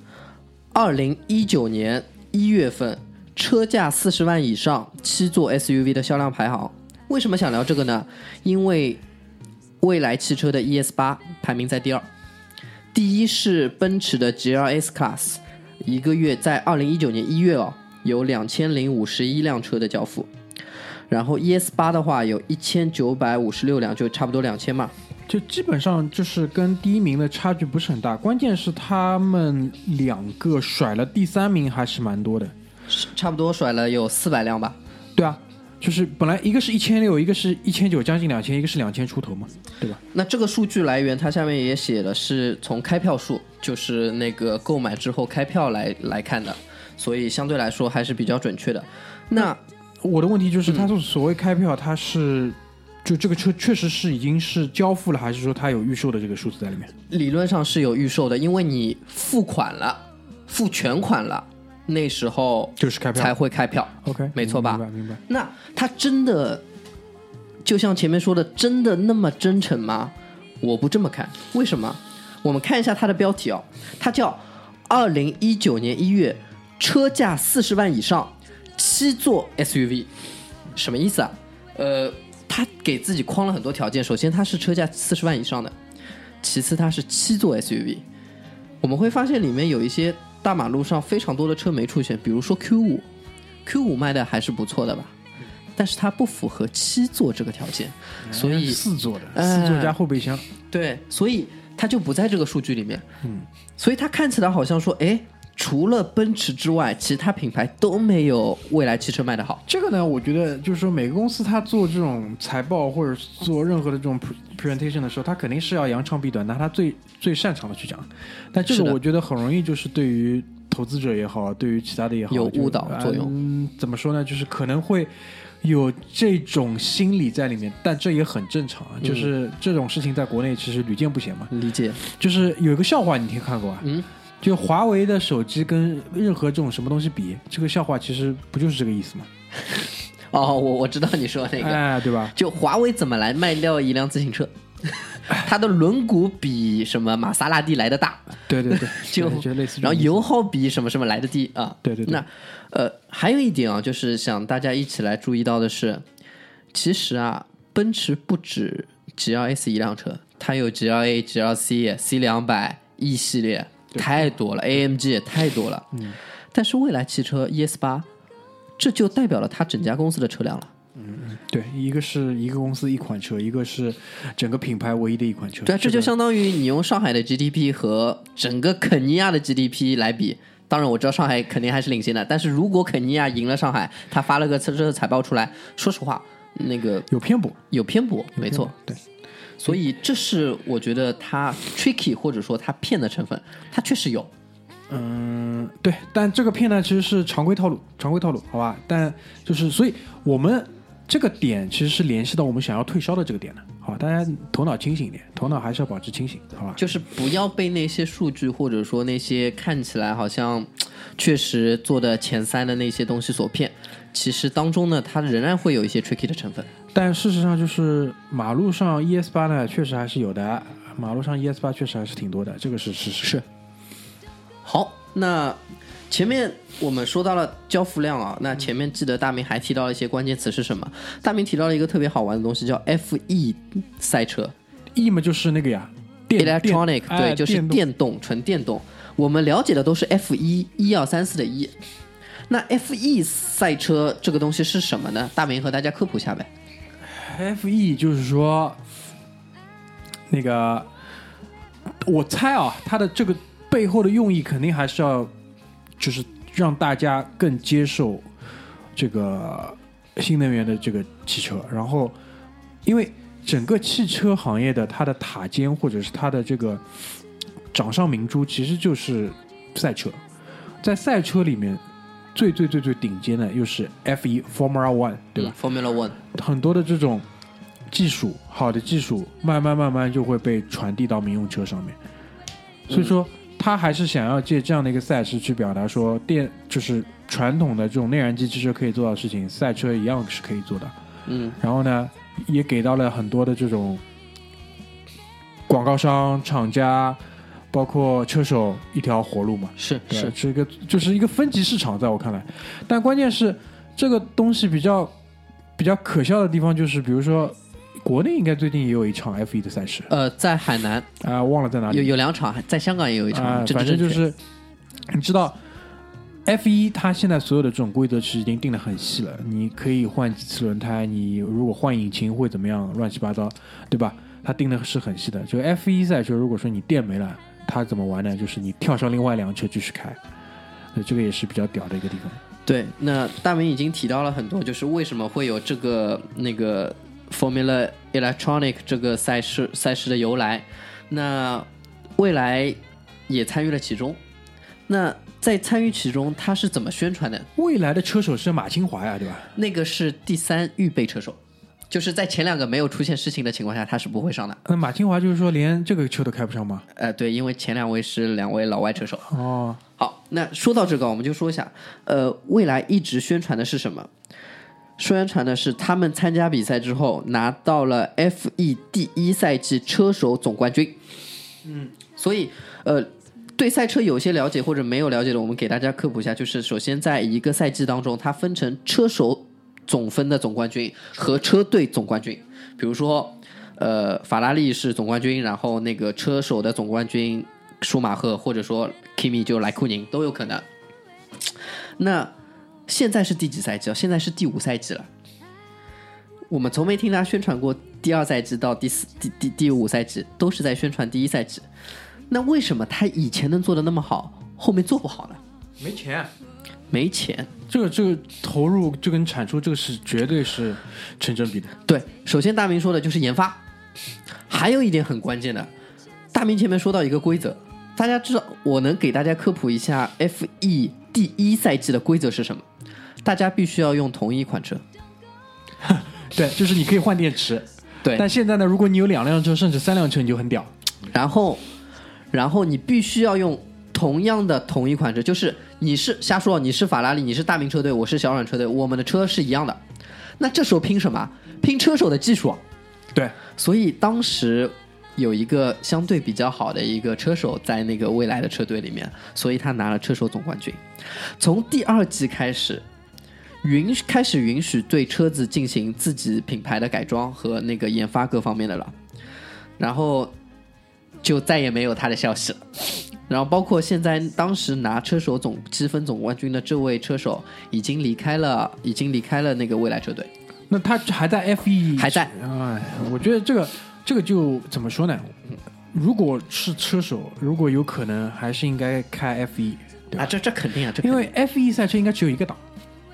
2019年1月份车价40万以上7座 SUV 的销量排行。为什么想聊这个呢？因为蔚来汽车的 ES8 排名在第2，第一是奔驰的 GLS Class， 一个月在2019年1月有2051辆车的交付，然后 ES8 的话有1956辆，就差不多2000嘛， 就基本上就是跟第一名的差距不是很大，关键是他们两个甩了第3名还是蛮多的， 差不多甩了有400辆吧。 对啊，就是本来一个是1600，一个是1900，将近2000，一个是2000出头嘛，对吧？ 那这个数据来源它下面也写的是从开票数，就是那个购买之后开票来看的，所以相对来说还是比较准确的。那我的问题就是，它所谓开票，它是就这个车确实是已经是交付了，还是说它有预售的这个数字在里面？ 理论上是有预售的，因为你付款了，付全款了，那时候就是开票才会开票。 OK， 没错吧？ 明白。 那它真的就像前面说的，真的那么真诚吗？我不这么看。为什么？我们看一下它的标题它叫2019年1月车价40万以上7座 SUV， 什么意思啊？他给自己框了很多条件，首先它是车价40万以上的，其次它是7座 SUV。我们会发现里面有一些大马路上非常多的车没出现，比如说 Q5 卖的还是不错的吧，但是它不符合7座这个条件，所以 4座的，4座加后备箱， 对，所以它就不在这个数据里面。所以它看起来好像说，除了奔驰之外，其他品牌都没有蔚来汽车卖的好。 这个呢，我觉得就是说，每个公司它做这种财报或者做任何的这种 presentation 的时候，它肯定是要扬长避短，拿它最擅长的去讲。但这个我觉得很容易就是对于投资者也好，对于其他的也好， 有误导作用。 怎么说呢？就是可能会有这种心理在里面，但这也很正常。就是这种事情在国内其实屡见不鲜嘛。 理解。 就是有一个笑话，你听看过啊？就华为的手机跟任何这种什么东西比，这个笑话其实不就是这个意思吗？ 我知道你说那个， 对吧？ 就华为怎么来卖掉一辆自行车？它的轮毂比什么玛莎拉蒂来的大， 对， 就类似， 然后油耗比什么来的低啊， 对。 那还有一点就是想大家一起来注意到的是，其实奔驰不止 GLS 一辆车，它有 GLA、GLC、C200、E 系列。太多了 ，AMG 也太多了。但是蔚来汽车 ES8， 这就代表了它整家公司的车辆了。 对，一个是一个公司一款车，一个是整个品牌唯一的一款车。 对，这就相当于你用上海的 GDP 和整个肯尼亚的 GDP 来比。当然我知道上海肯定还是领先的，但是如果肯尼亚赢了上海，他发了个这个财报出来，说实话，那个有偏颇， 没错， 对。 所以这是我觉得它 tricky 或者说它骗的成分，它确实有。 对，但这个骗呢其实是常规套路，好吧？但就是所以我们这个点其实是联系到我们想要退烧的这个点的，好，大家头脑清醒一点，头脑还是要保持清醒，好吧？ 就是不要被那些数据或者说那些看起来好像确实做的前3的那些东西所骗，其实当中呢它仍然会有一些 tricky 的成分。 但事实上就是马路上 ES8 呢确实还是有的，马路上 ES8 确实还是挺多的，这个是事实。 是。好，那前面我们说到了交付量那前面记得大明还提到了一些关键词是什么？大明提到了一个特别好玩的东西叫 FE 赛车。 E 嘛就是那个呀，电 electronic， 对，就是电电动，纯电动。我们了解的都是 F1 1234的 E。那 F1 赛车这个东西是什么呢？大明和大家科普一下呗。 FE 就是说，那个我猜啊，它的这个背后的用意肯定还是要，就是让大家更接受这个新能源的这个汽车。然后，因为整个汽车行业的它的塔尖或者是它的这个掌上明珠，其实就是赛车。在赛车里面，最顶尖的又是 F1 Formula One， 对吧 ？Formula One 很多的这种技术，好的技术，慢慢就会被传递到民用车上面。所以说，他还是想要借这样的一个赛事去表达说，就是传统的这种内燃机汽车可以做到的事情，赛车一样是可以做的。然后呢，也给到了很多的这种广告商、厂家，包括车手一条活路嘛。 是这个就是一个分级市场，在我看来。但关键是这个东西比较可笑的地方就是，比如说国内应该最近也有一场 F1 的赛事， 在海南忘了在哪里， 有2场，在香港也有一场， 反正就是你知道 F1 它现在所有的这种规则其实已经定得很细了，你可以换几次轮胎，你如果换引擎会怎么样，乱七八糟，对吧？它定的是很细的。就 F1 赛车，如果说你电没了，它怎么玩呢？就是你跳上另外一辆车继续开，这个也是比较屌的一个地方。 对，那大明已经提到了很多，就是为什么会有这个那个 Formula Electronic 这个赛事的由来。那蔚来也参与了其中。那在参与其中，他是怎么宣传的？ 蔚来的车手是马清华呀，对吧？ 那个是第3预备车手，就是在前2个没有出现事情的情况下，他是不会上的。 那马清华就是说连这个车都开不上吗？ 对，因为前2位是2位老外车手。 哦， 好，那说到这个，我们就说一下，蔚来一直宣传的是什么？宣传的是他们参加比赛之后拿到了 F1 第1赛季车手总冠军。所以对赛车有些了解或者没有了解的，我们给大家科普一下，就是首先在一个赛季当中，它分成车手总分的总冠军和车队总冠军。比如说法拉利是总冠军，然后那个车手的总冠军舒马赫或者说 Kimi 就莱库宁都有可能。那现在是第几赛季？现在是第5赛季了。我们从没听他宣传过第2赛季到第5赛季，都是在宣传第1赛季。那为什么他以前能做的那么好，后面做不好呢？没钱。 这个投入就跟产出，这个是绝对是成正比的。 对，首先大明说的就是研发，还有一点很关键的，大明前面说到一个规则，大家知道，我能给大家科普一下 F1 第1赛季的规则是什么？大家必须要用同一款车。 对，就是你可以换电池。 对， 但现在呢，如果你有2辆车甚至3辆车，你就很屌。 然后你必须要用同一款车，就是你是瞎说，你是法拉利，你是大明车队，我是小软车队，我们的车是一样的。那这时候拼什么？拼车手的技术。 对， 所以当时有一个相对比较好的一个车手在那个蔚来的车队里面，所以他拿了车手总冠军。从第2季开始允许对车子进行自己品牌的改装和那个研发各方面的了，然后就再也没有他的消息了。然后包括现在当时拿车手积分总冠军的这位车手已经离开了那个蔚来车队。 那他还在 F1？ 还在。 我觉得这个就怎么说呢？如果是车手，如果有可能，还是应该开 F1， 对吧？ 这肯定啊，这肯定。 因为 F1 赛车应该只有一个档。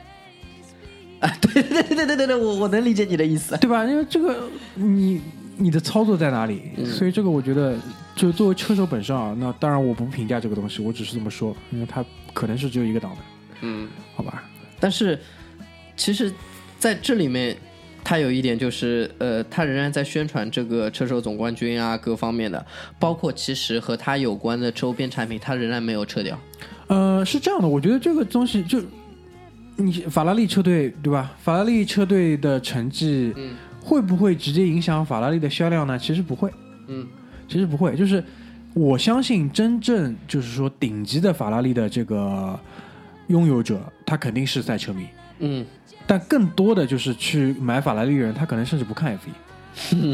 对，我能理解你的意思， 对吧？因为这个你的操作在哪里？所以这个我觉得，就作为车手本身啊，那当然我不评价这个东西，我只是这么说，因为它可能是只有一个档的。好吧。 但是其实在这里面，它有一点就是它仍然在宣传这个车手总冠军啊，各方面的，包括其实和它有关的周边产品，它仍然没有撤掉。 是这样的，我觉得这个东西就你法拉利车队对吧？法拉利车队的成绩，会不会直接影响法拉利的销量呢？其实不会。其实不会，就是我相信真正就是说顶级的法拉利的这个拥有者，他肯定是赛车迷。但更多的就是去买法拉利的人，他可能甚至不看 F1。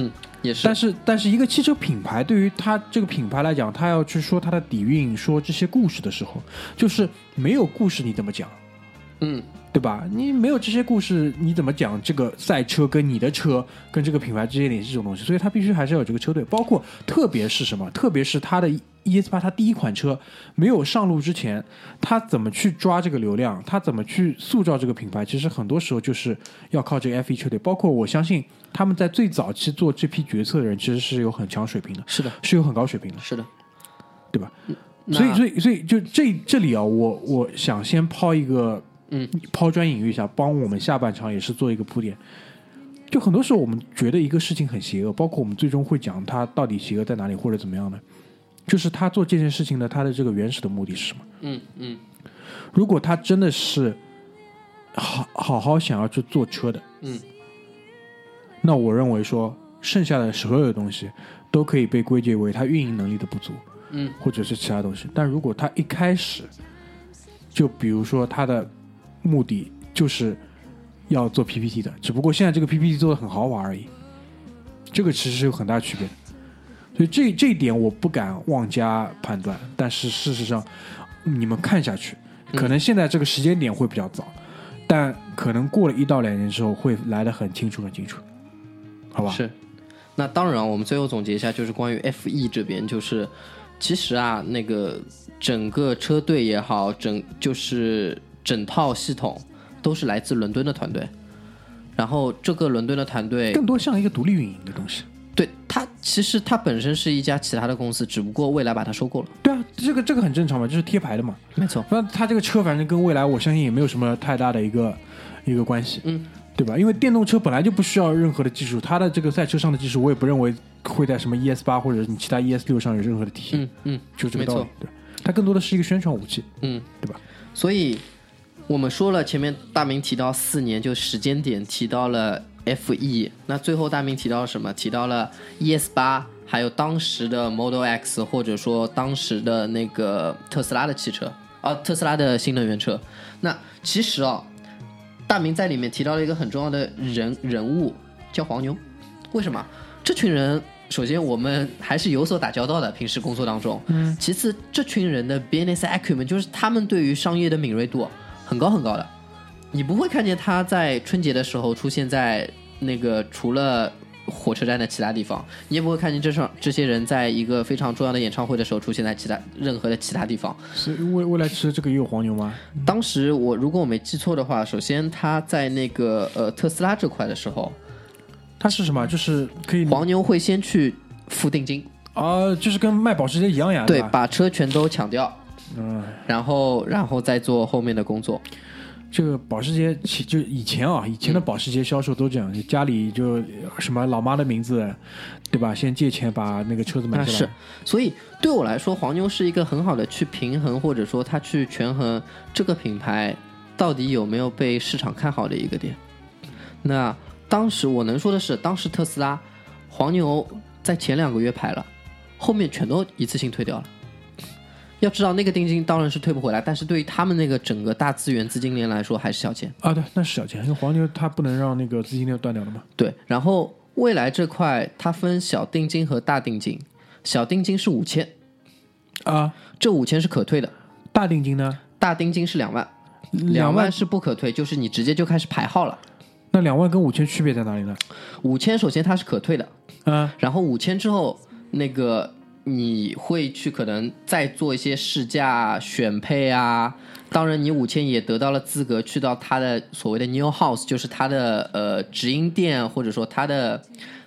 也是。 但是一个汽车品牌对于它这个品牌来讲，它要去说它的底蕴，说这些故事的时候，就是没有故事你怎么讲？对吧？你没有这些故事，你怎么讲这个赛车跟你的车跟这个品牌之间联系这种东西？所以它必须还是要有这个车队，包括特别是什么？特别是它的 ES8，它第一款车没有上路之前，它怎么去抓这个流量？它怎么去塑造这个品牌？其实很多时候就是要靠这个 F1 车队。包括我相信他们在最早期做这批决策的人，其实是有很强水平的， 是的， 是有很高水平的， 是的， 对吧？所以就这里啊，我想先抛一个。抛砖引玉一下，帮我们下半场也是做一个铺垫。就很多时候我们觉得一个事情很邪恶，包括我们最终会讲它到底邪恶在哪里或者怎么样呢？就是他做这件事情的他的这个原始的目的是什么？如果他真的是好好想要去做车的，那我认为说剩下的所有的东西都可以被归结为他运营能力的不足，或者是其他东西。但如果他一开始就比如说他的目的就是要做 PPT 的，只不过现在这个 PPT 做的很豪华而已，这个其实是有很大区别的。所以这一点我不敢妄加判断，但是事实上你们看下去，可能现在这个时间点会比较早，但可能过了1到2年之后会来得很清楚很清楚，好吧？ 是。那当然我们最后总结一下，就是关于 F1 这边，就是其实啊，那个整个车队也好，就是整套系统都是来自伦敦的团队，然后这个伦敦的团队更多像一个独立运营的东西。 对，它其实它本身是一家其他的公司，只不过蔚来把它收购了。 对啊，这个很正常嘛，就是贴牌的嘛。 没错。 那它这个车反正跟蔚来我相信也没有什么太大的一个关系，对吧？因为电动车本来就不需要任何的技术，它的这个赛车上的技术我也不认为会在什么 ES8 或者你其他 ES6 上有任何的体现。就这个道理。对，它更多的是一个宣传武器，对吧？ 所以我们说了，前面大明提到4年，就时间点提到了 F1， 那最后大明提到了什么？提到了 ES8， 还有当时的 Model X， 或者说当时的那个特斯拉的汽车特斯拉的新能源车。那其实大明在里面提到了一个很重要的人物，叫黄牛。为什么？这群人首先我们还是有所打交道的，平时工作当中。其次，这群人的 business acumen， 就是他们对于商业的敏锐度很高很高的。你不会看见他在春节的时候出现在那个除了火车站的其他地方，你也不会看见这些人在一个非常重要的演唱会的时候出现在任何的其他地方。 是未来吃这个也有黄牛吗？ 当时如果我没记错的话，首先他在那个特斯拉这块的时候， 他是什么？就是可以黄牛会先去付定金就是跟卖保时捷一样呀。 对，把车全都抢掉，然后再做后面的工作。 这个保时捷就以前的保时捷销售都这样，家里就什么老妈的名字，对吧？先借钱把那个车子买下来。 是，所以对我来说，黄牛是一个很好的去平衡，或者说他去权衡这个品牌到底有没有被市场看好的一个点。那当时我能说的是，当时特斯拉黄牛在前2个月排了，后面全都一次性退掉了。要知道那个定金当然是退不回来，但是对于他们那个整个大资源资金链来说还是小钱对，那是小钱，因为黄牛它不能让那个资金链断掉了嘛。 对，然后未来这块它分小定金和大定金，小定金是5000这5000是可退的。 大定金呢？ 大定金是2万，2万是不可退，就是你直接就开始排号了。 那2万跟5000区别在哪里呢 ？5000首先它是可退的，然后5000之后那个你会去可能再做一些试驾选配当然你5000也得到了资格去到他的所谓的 New House， 就是他的直营店或者说他的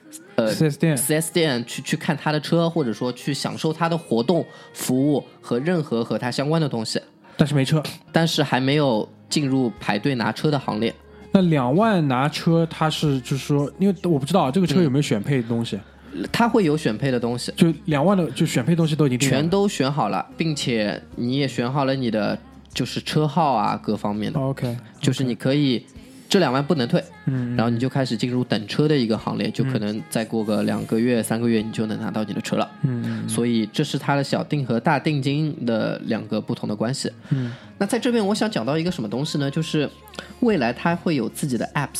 4S 店去看他的车，或者说去享受他的活动服务和任何和他相关的东西。 但是没车， 但是还没有进入排队拿车的行列。 那2万拿车，他是就是说，因为我不知道这个车有没有选配的东西。 它会有选配的东西， 就2万的就选配东西都已经定了， 全都选好了，并且你也选好了你的就是车号各方面的。 OK， 就是你可以这2万不能退，然后你就开始进入等车的一个行列，就可能再过个2个月3个月你就能拿到你的车了。所以这是它的小定和大定金的2个不同的关系。那在这边我想讲到一个什么东西呢？就是未来它会有自己的 apps。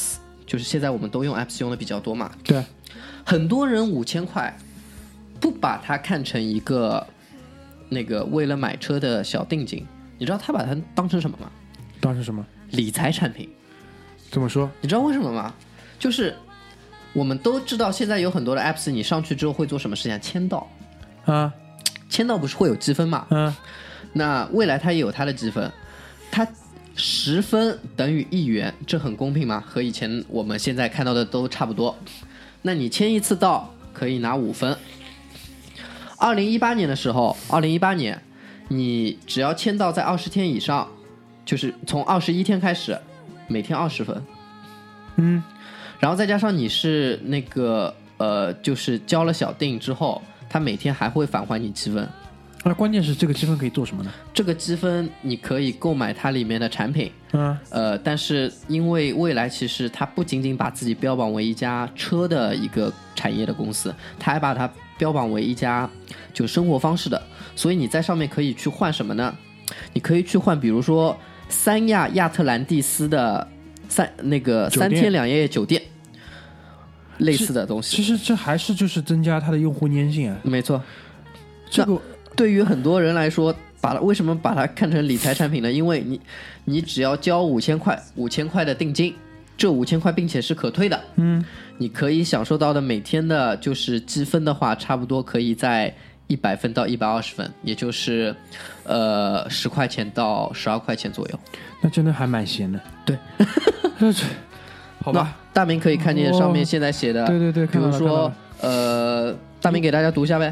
就是现在我们都用 Apps 用的比较多嘛， 对， 很多人5000块不把它看成一个那个为了买车的小定金，你知道他把它当成什么吗？ 当时什么？ 理财产品。 怎么说？ 你知道为什么吗？就是我们都知道现在有很多的 apps 你上去之后会做什么事情啊？签到啊， 签到不是会有积分嘛？那未来它也有它的积分，它10分等于1元，这很公平吗？和以前我们现在看到的都差不多。那你签一次到可以拿5分。2018年的时候，2018年你只要签到在20天以上，就是从21天开始，每天20分。然后再加上你是那个就是交了小定之后，他每天还会返还你积分。 那关键是这个积分可以做什么呢？ 这个积分你可以购买它里面的产品，但是因为蔚来其实它不仅仅把自己标榜为一家车的一个产业的公司，它还把它标榜为一家就生活方式的，所以你在上面可以去换什么呢？你可以去换，比如说三亚亚特兰蒂斯的3天2夜酒店，类似的东西。 其实这还是就是增加它的用户粘性啊。 没错， 这个对于很多人来说，为什么把它看成理财产品呢？因为你只要交5000块的定金，这5000块并且是可退的，你可以享受到的每天的就是积分的话，差不多可以在100分到120分，也就是10块钱到12块钱左右。 那真的还蛮闲的。 对， 好吧。 大明可以看见上面现在写的， 对， 比如说大明给大家读一下呗。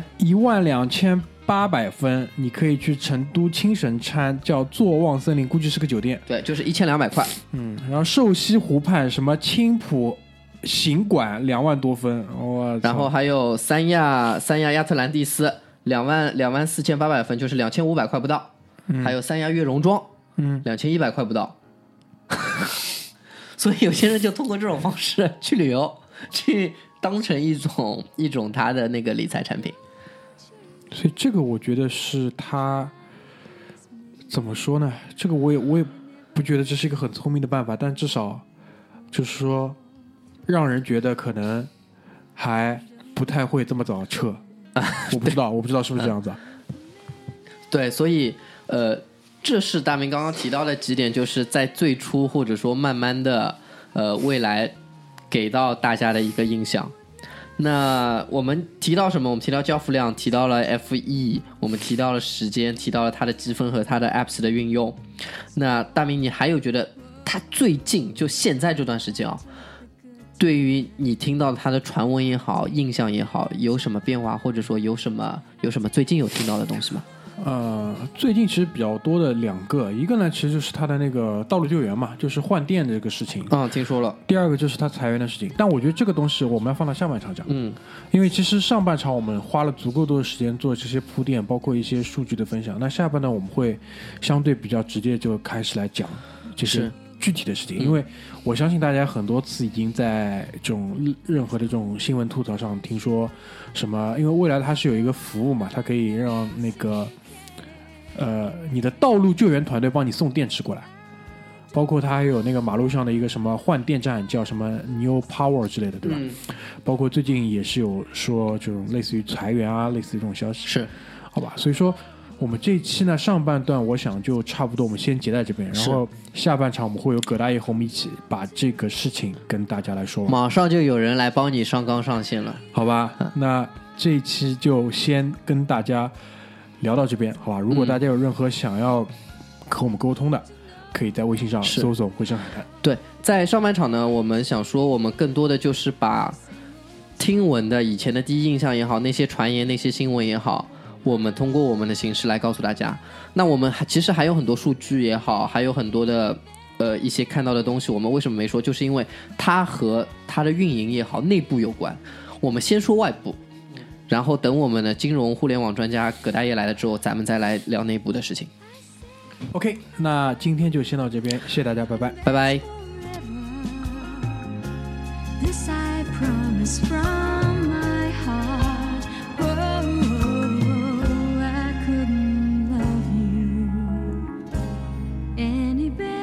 12800分，你可以去成都青神川叫坐望森林，估计是个酒店。 对，就是1200块。 然后瘦西湖畔什么青浦行馆2万多分， 然后还有三亚亚特兰蒂斯24800分，就是2500块不到。还有三亚悦榕庄，2100块不到。所以有些人就通过这种方式去旅游，去当成一种他的那个理财产品。 所以这个我觉得是他怎么说呢？这个我也不觉得这是一个很聪明的办法，但至少就是说让人觉得可能还不太会这么早撤。我不知道是不是这样子。 对，所以这是大明刚刚提到的几点，就是在最初或者说慢慢的未来给到大家的一个印象。那我们提到什么？我们提到交付量，提到了 FE， 我们提到了时间，提到了它的积分和它的 apps 的运用。那大明，你还有觉得它最近就现在这段时间对于你听到它的传闻也好，印象也好，有什么变化，或者说有什么最近有听到的东西吗？ 最近其实比较多的2个，一个呢其实就是他的那个道路救援嘛，就是换电的这个事情。 听说了。 第二个就是他裁员的事情，但我觉得这个东西我们要放到下半场讲。因为其实上半场我们花了足够多的时间做这些铺垫，包括一些数据的分享。那下半段我们会相对比较直接就开始来讲这些具体的事情，因为我相信大家很多次已经在这种任何的这种新闻吐槽上听说什么，因为未来它是有一个服务嘛，它可以让那个你的道路救援团队帮你送电池过来，包括它还有那个马路上的一个什么换电站叫什么 New Power 之类的，对吧？包括最近也是有说这种类似于裁员啊，类似于这种消息， 是好吧？所以说我们这一期呢上半段我想就差不多，我们先结在这边，然后下半场我们会有葛大爷和我们一起把这个事情跟大家来说。 马上就有人来帮你上纲上线了， 好吧？那这一期就先跟大家聊到这边，好吧？如果大家有任何想要和我们沟通的，可以在微信上搜索回声海滩。 对，在上半场呢，我们想说，我们更多的就是把听闻的以前的第一印象也好，那些传言、那些新闻也好，我们通过我们的形式来告诉大家。那我们其实还有很多数据也好，还有很多的一些看到的东西，我们为什么没说？就是因为它和它的运营也好，内部有关。我们先说外部。然后等我们的金融互联网专家葛大爷来了之后，咱们再来聊内部的事情。 OK， 那今天就先到这边，谢谢大家，拜拜， 拜拜。 This I promise from my heart. Oh, I couldn't love you any better.